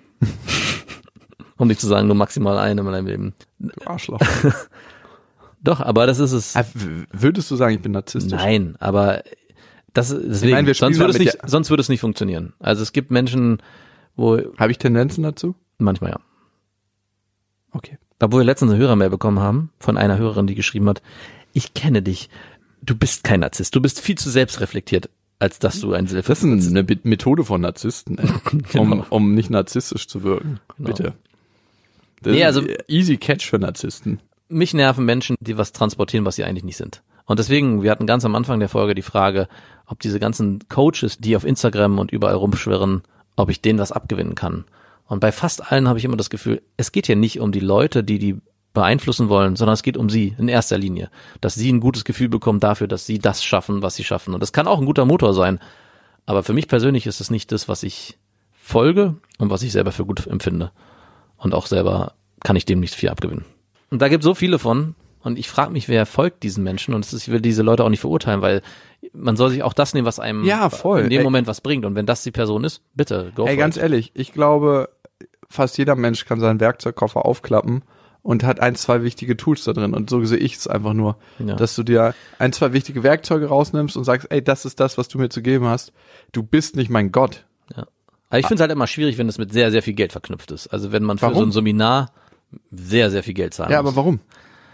Um nicht zu sagen, nur maximal eine in meinem Leben. Du Arschloch. Doch, aber das ist es. Würdest du sagen, ich bin narzisstisch? Nein, aber deswegen, meine, wir spielen sonst würde es nicht funktionieren. Also es gibt Menschen, wo Habe ich Tendenzen dazu? manchmal ja. Okay. Obwohl wir letztens eine Hörermail bekommen haben von einer Hörerin, die geschrieben hat, ich kenne dich, du bist kein Narzisst, du bist viel zu selbstreflektiert, als dass du ein Das ist eine Methode von Narzissten, ey. Genau. um nicht narzisstisch zu wirken. Genau. Bitte. Das Nee, ist also- easy catch für Narzissten. Mich nerven Menschen, die was transportieren, was sie eigentlich nicht sind. Und deswegen, wir hatten ganz am Anfang der Folge die Frage, ob diese ganzen Coaches, die auf Instagram und überall rumschwirren, ob ich denen was abgewinnen kann. Und bei fast allen habe ich immer das Gefühl, es geht hier nicht um die Leute, die beeinflussen wollen, sondern es geht um sie in erster Linie. Dass sie ein gutes Gefühl bekommen dafür, dass sie das schaffen, was sie schaffen. Und das kann auch ein guter Motor sein. Aber für mich persönlich ist es nicht das, was ich folge und was ich selber für gut empfinde. Und auch selber kann ich dem nicht viel abgewinnen. Und da gibt es so viele von. Und ich frage mich, wer folgt diesen Menschen? Und ich will diese Leute auch nicht verurteilen, weil man soll sich auch das nehmen, was einem voll. in dem Ey. Moment was bringt. Und wenn das die Person ist, bitte, go for Ey, ganz it. ehrlich, ich glaube, fast jeder Mensch kann seinen Werkzeugkoffer aufklappen und hat 1, 2 wichtige Tools da drin. Und so sehe ich es einfach nur, Ja. dass du dir 1, 2 wichtige Werkzeuge rausnimmst und sagst, ey, das ist das, was du mir zu geben hast. Du bist nicht mein Gott. Ja. Aber ich finde es halt immer schwierig, wenn das mit sehr, sehr viel Geld verknüpft ist. Also wenn man für Warum? so ein Seminar sehr, sehr viel Geld zahlen Ja, muss. aber warum?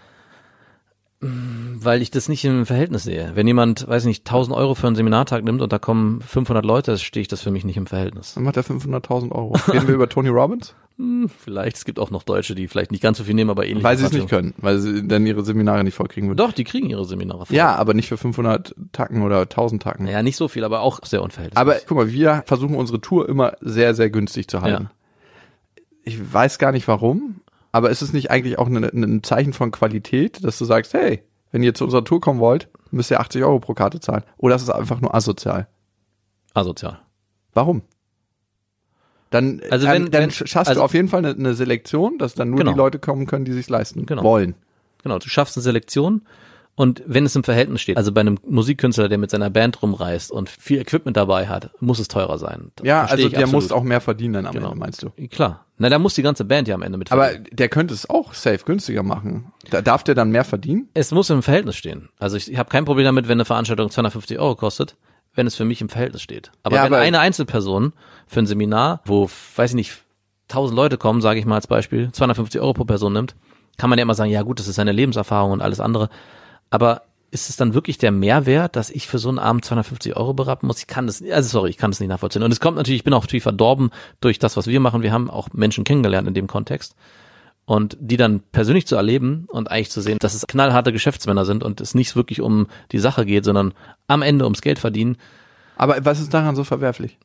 Weil ich das nicht im Verhältnis sehe. Wenn jemand, weiß nicht, 1.000 Euro für einen Seminartag nimmt und da kommen 500 Leute, stehe ich das für mich nicht im Verhältnis. Dann macht er 500.000 Euro. Reden wir über Tony Robbins? Vielleicht, es gibt auch noch Deutsche, die vielleicht nicht ganz so viel nehmen, aber ähnlich. Weil sie es nicht können, weil sie dann ihre Seminare nicht vollkriegen würden. Doch, die kriegen ihre Seminare voll. Ja, aber nicht für 500 Tacken oder 1000 Tacken. Ja, nicht so viel, aber auch sehr unverhältnismäßig. Aber guck mal, wir versuchen unsere Tour immer sehr, sehr günstig zu halten. Ich weiß gar nicht warum, aber ist es nicht eigentlich auch ein Zeichen von Qualität, dass du sagst, hey, wenn ihr zu unserer Tour kommen wollt, müsst ihr 80 Euro pro Karte zahlen. Oder ist es einfach nur asozial? Asozial. Warum? Dann, Also dann schaffst also- du auf jeden Fall eine Selektion, dass dann nur Genau. die Leute kommen können, die sich's leisten Genau. wollen. Genau, du schaffst eine Selektion Und wenn es im Verhältnis steht, also bei einem Musikkünstler, der mit seiner Band rumreist und viel Equipment dabei hat, muss es teurer sein. Ja, also der muss auch mehr verdienen dann am Ende, meinst du? Klar. Na, da muss die ganze Band ja am Ende mit verdienen. Aber der könnte es auch safe günstiger machen. Darf der dann mehr verdienen? Es muss im Verhältnis stehen. Also ich habe kein Problem damit, wenn eine Veranstaltung 250 € kostet, wenn es für mich im Verhältnis steht. Aber wenn eine Einzelperson für ein Seminar, wo, weiß ich nicht, 1000 Leute kommen, sage ich mal als Beispiel, 250 € pro Person nimmt, kann man ja immer sagen, ja gut, das ist seine Lebenserfahrung und alles andere. Aber ist es dann wirklich der Mehrwert, dass ich für so einen Abend 250 € berappen muss? Ich kann das nicht nachvollziehen. Und es kommt natürlich, ich bin auch natürlich verdorben durch das, was wir machen. Wir haben auch Menschen kennengelernt in dem Kontext. Und die dann persönlich zu erleben und eigentlich zu sehen, dass es knallharte Geschäftsmänner sind und es nicht wirklich um die Sache geht, sondern am Ende ums Geld verdienen. Aber was ist daran so verwerflich?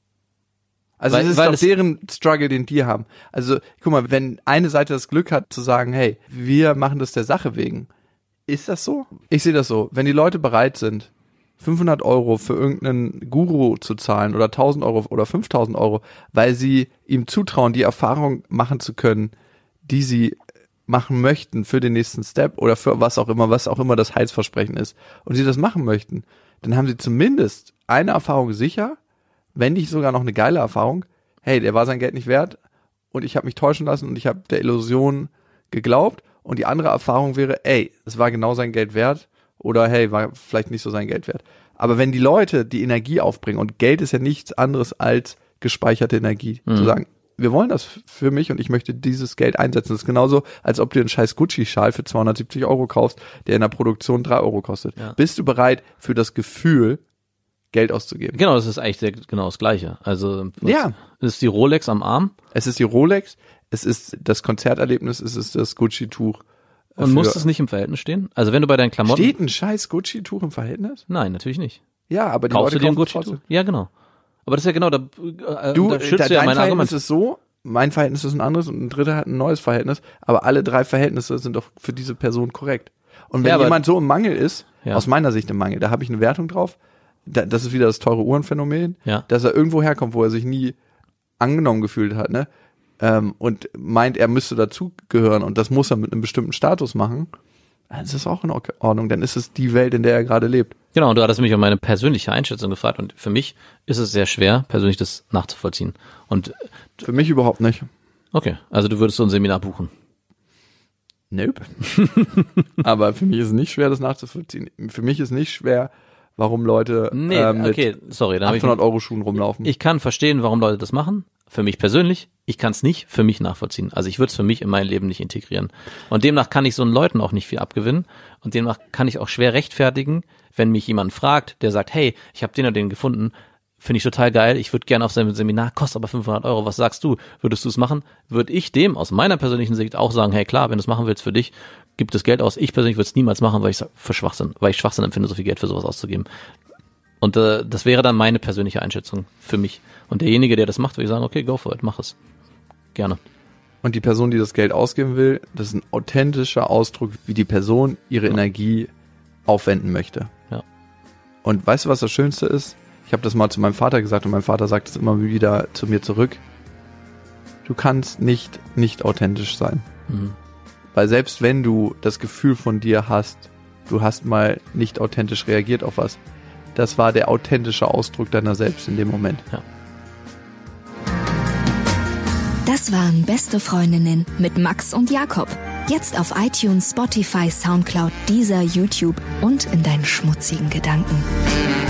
Also es ist doch deren Struggle, den die haben. Also guck mal, wenn eine Seite das Glück hat zu sagen, hey, wir machen das der Sache wegen, ist das so? Ich sehe das so, wenn die Leute bereit sind, 500 € für irgendeinen Guru zu zahlen oder 1000 € oder 5000 €, weil sie ihm zutrauen, die Erfahrung machen zu können, die sie machen möchten für den nächsten Step oder für was auch immer das Heilsversprechen ist, und sie das machen möchten, dann haben sie zumindest eine Erfahrung sicher, wenn nicht sogar noch eine geile Erfahrung. Hey, der war sein Geld nicht wert und ich habe mich täuschen lassen und ich habe der Illusion geglaubt. Und die andere Erfahrung wäre, ey, es war genau sein Geld wert oder hey, war vielleicht nicht so sein Geld wert. Aber wenn die Leute die Energie aufbringen, und Geld ist ja nichts anderes als gespeicherte Energie, zu sagen, wir wollen das für mich und ich möchte dieses Geld einsetzen. Das ist genauso, als ob du einen scheiß Gucci-Schal für 270 € kaufst, der in der Produktion 3 € kostet. Ja. Bist du bereit, für das Gefühl Geld auszugeben? Genau, das ist eigentlich genau das Gleiche. Also es ist die Rolex am Arm. Es ist die Rolex, es ist das Konzerterlebnis, es ist das Gucci-Tuch. Und muss es nicht im Verhältnis stehen? Also wenn du bei deinen Klamotten... Steht ein scheiß Gucci-Tuch im Verhältnis? Nein, natürlich nicht. Ja, aber die Kaufst Leute du dir ein kaufen Gucci-Tuch? Ja, genau. Aber das ist ja genau, da schützt du ja mein Verhältnis Argument. ist so, mein Verhältnis ist ein anderes und ein dritter hat ein neues Verhältnis, aber alle drei Verhältnisse sind doch für diese Person korrekt. Und wenn jemand so im Mangel ist, aus meiner Sicht im Mangel, da habe ich eine Wertung drauf, das ist wieder das teure Uhrenphänomen, dass er irgendwo herkommt, wo er sich nie angenommen gefühlt hat, ne? Und meint, er müsste dazugehören und das muss er mit einem bestimmten Status machen, dann ist das auch in Ordnung, dann ist es die Welt, in der er gerade lebt. Genau, und du hattest mich um meine persönliche Einschätzung gefragt und für mich ist es sehr schwer, persönlich das nachzuvollziehen. Und für mich überhaupt nicht. Okay, also du würdest so ein Seminar buchen? Nope. Aber für mich ist es nicht schwer, das nachzuvollziehen. Für mich ist nicht schwer, warum Leute mit 800 € Schuhen rumlaufen. Ich kann verstehen, warum Leute das machen. Für mich persönlich, ich kann es nicht für mich nachvollziehen. Also ich würde es für mich in mein Leben nicht integrieren. Und demnach kann ich so einen Leuten auch nicht viel abgewinnen. Und demnach kann ich auch schwer rechtfertigen, wenn mich jemand fragt, der sagt, hey, ich habe den und den gefunden, finde ich total geil, ich würde gerne auf seinem Seminar, kostet aber 500 €, was sagst du? Würdest du es machen? Würde ich dem aus meiner persönlichen Sicht auch sagen, hey klar, wenn du es machen willst für dich, gib das Geld aus. Ich persönlich würde es niemals machen, weil ich Schwachsinn empfinde, so viel Geld für sowas auszugeben. Und das wäre dann meine persönliche Einschätzung für mich. Und derjenige, der das macht, würde ich sagen, okay, go for it, mach es. Gerne. Und die Person, die das Geld ausgeben will, das ist ein authentischer Ausdruck, wie die Person ihre Energie aufwenden möchte. Ja. Und weißt du, was das Schönste ist? Ich habe das mal zu meinem Vater gesagt und mein Vater sagt es immer wieder zu mir zurück. Du kannst nicht authentisch sein. Mhm. Weil selbst wenn du das Gefühl von dir hast, du hast mal nicht authentisch reagiert auf was, das war der authentische Ausdruck deiner selbst in dem Moment. Ja. Das waren Beste Freundinnen mit Max und Jakob. Jetzt auf iTunes, Spotify, Soundcloud, Deezer, YouTube und in deinen schmutzigen Gedanken.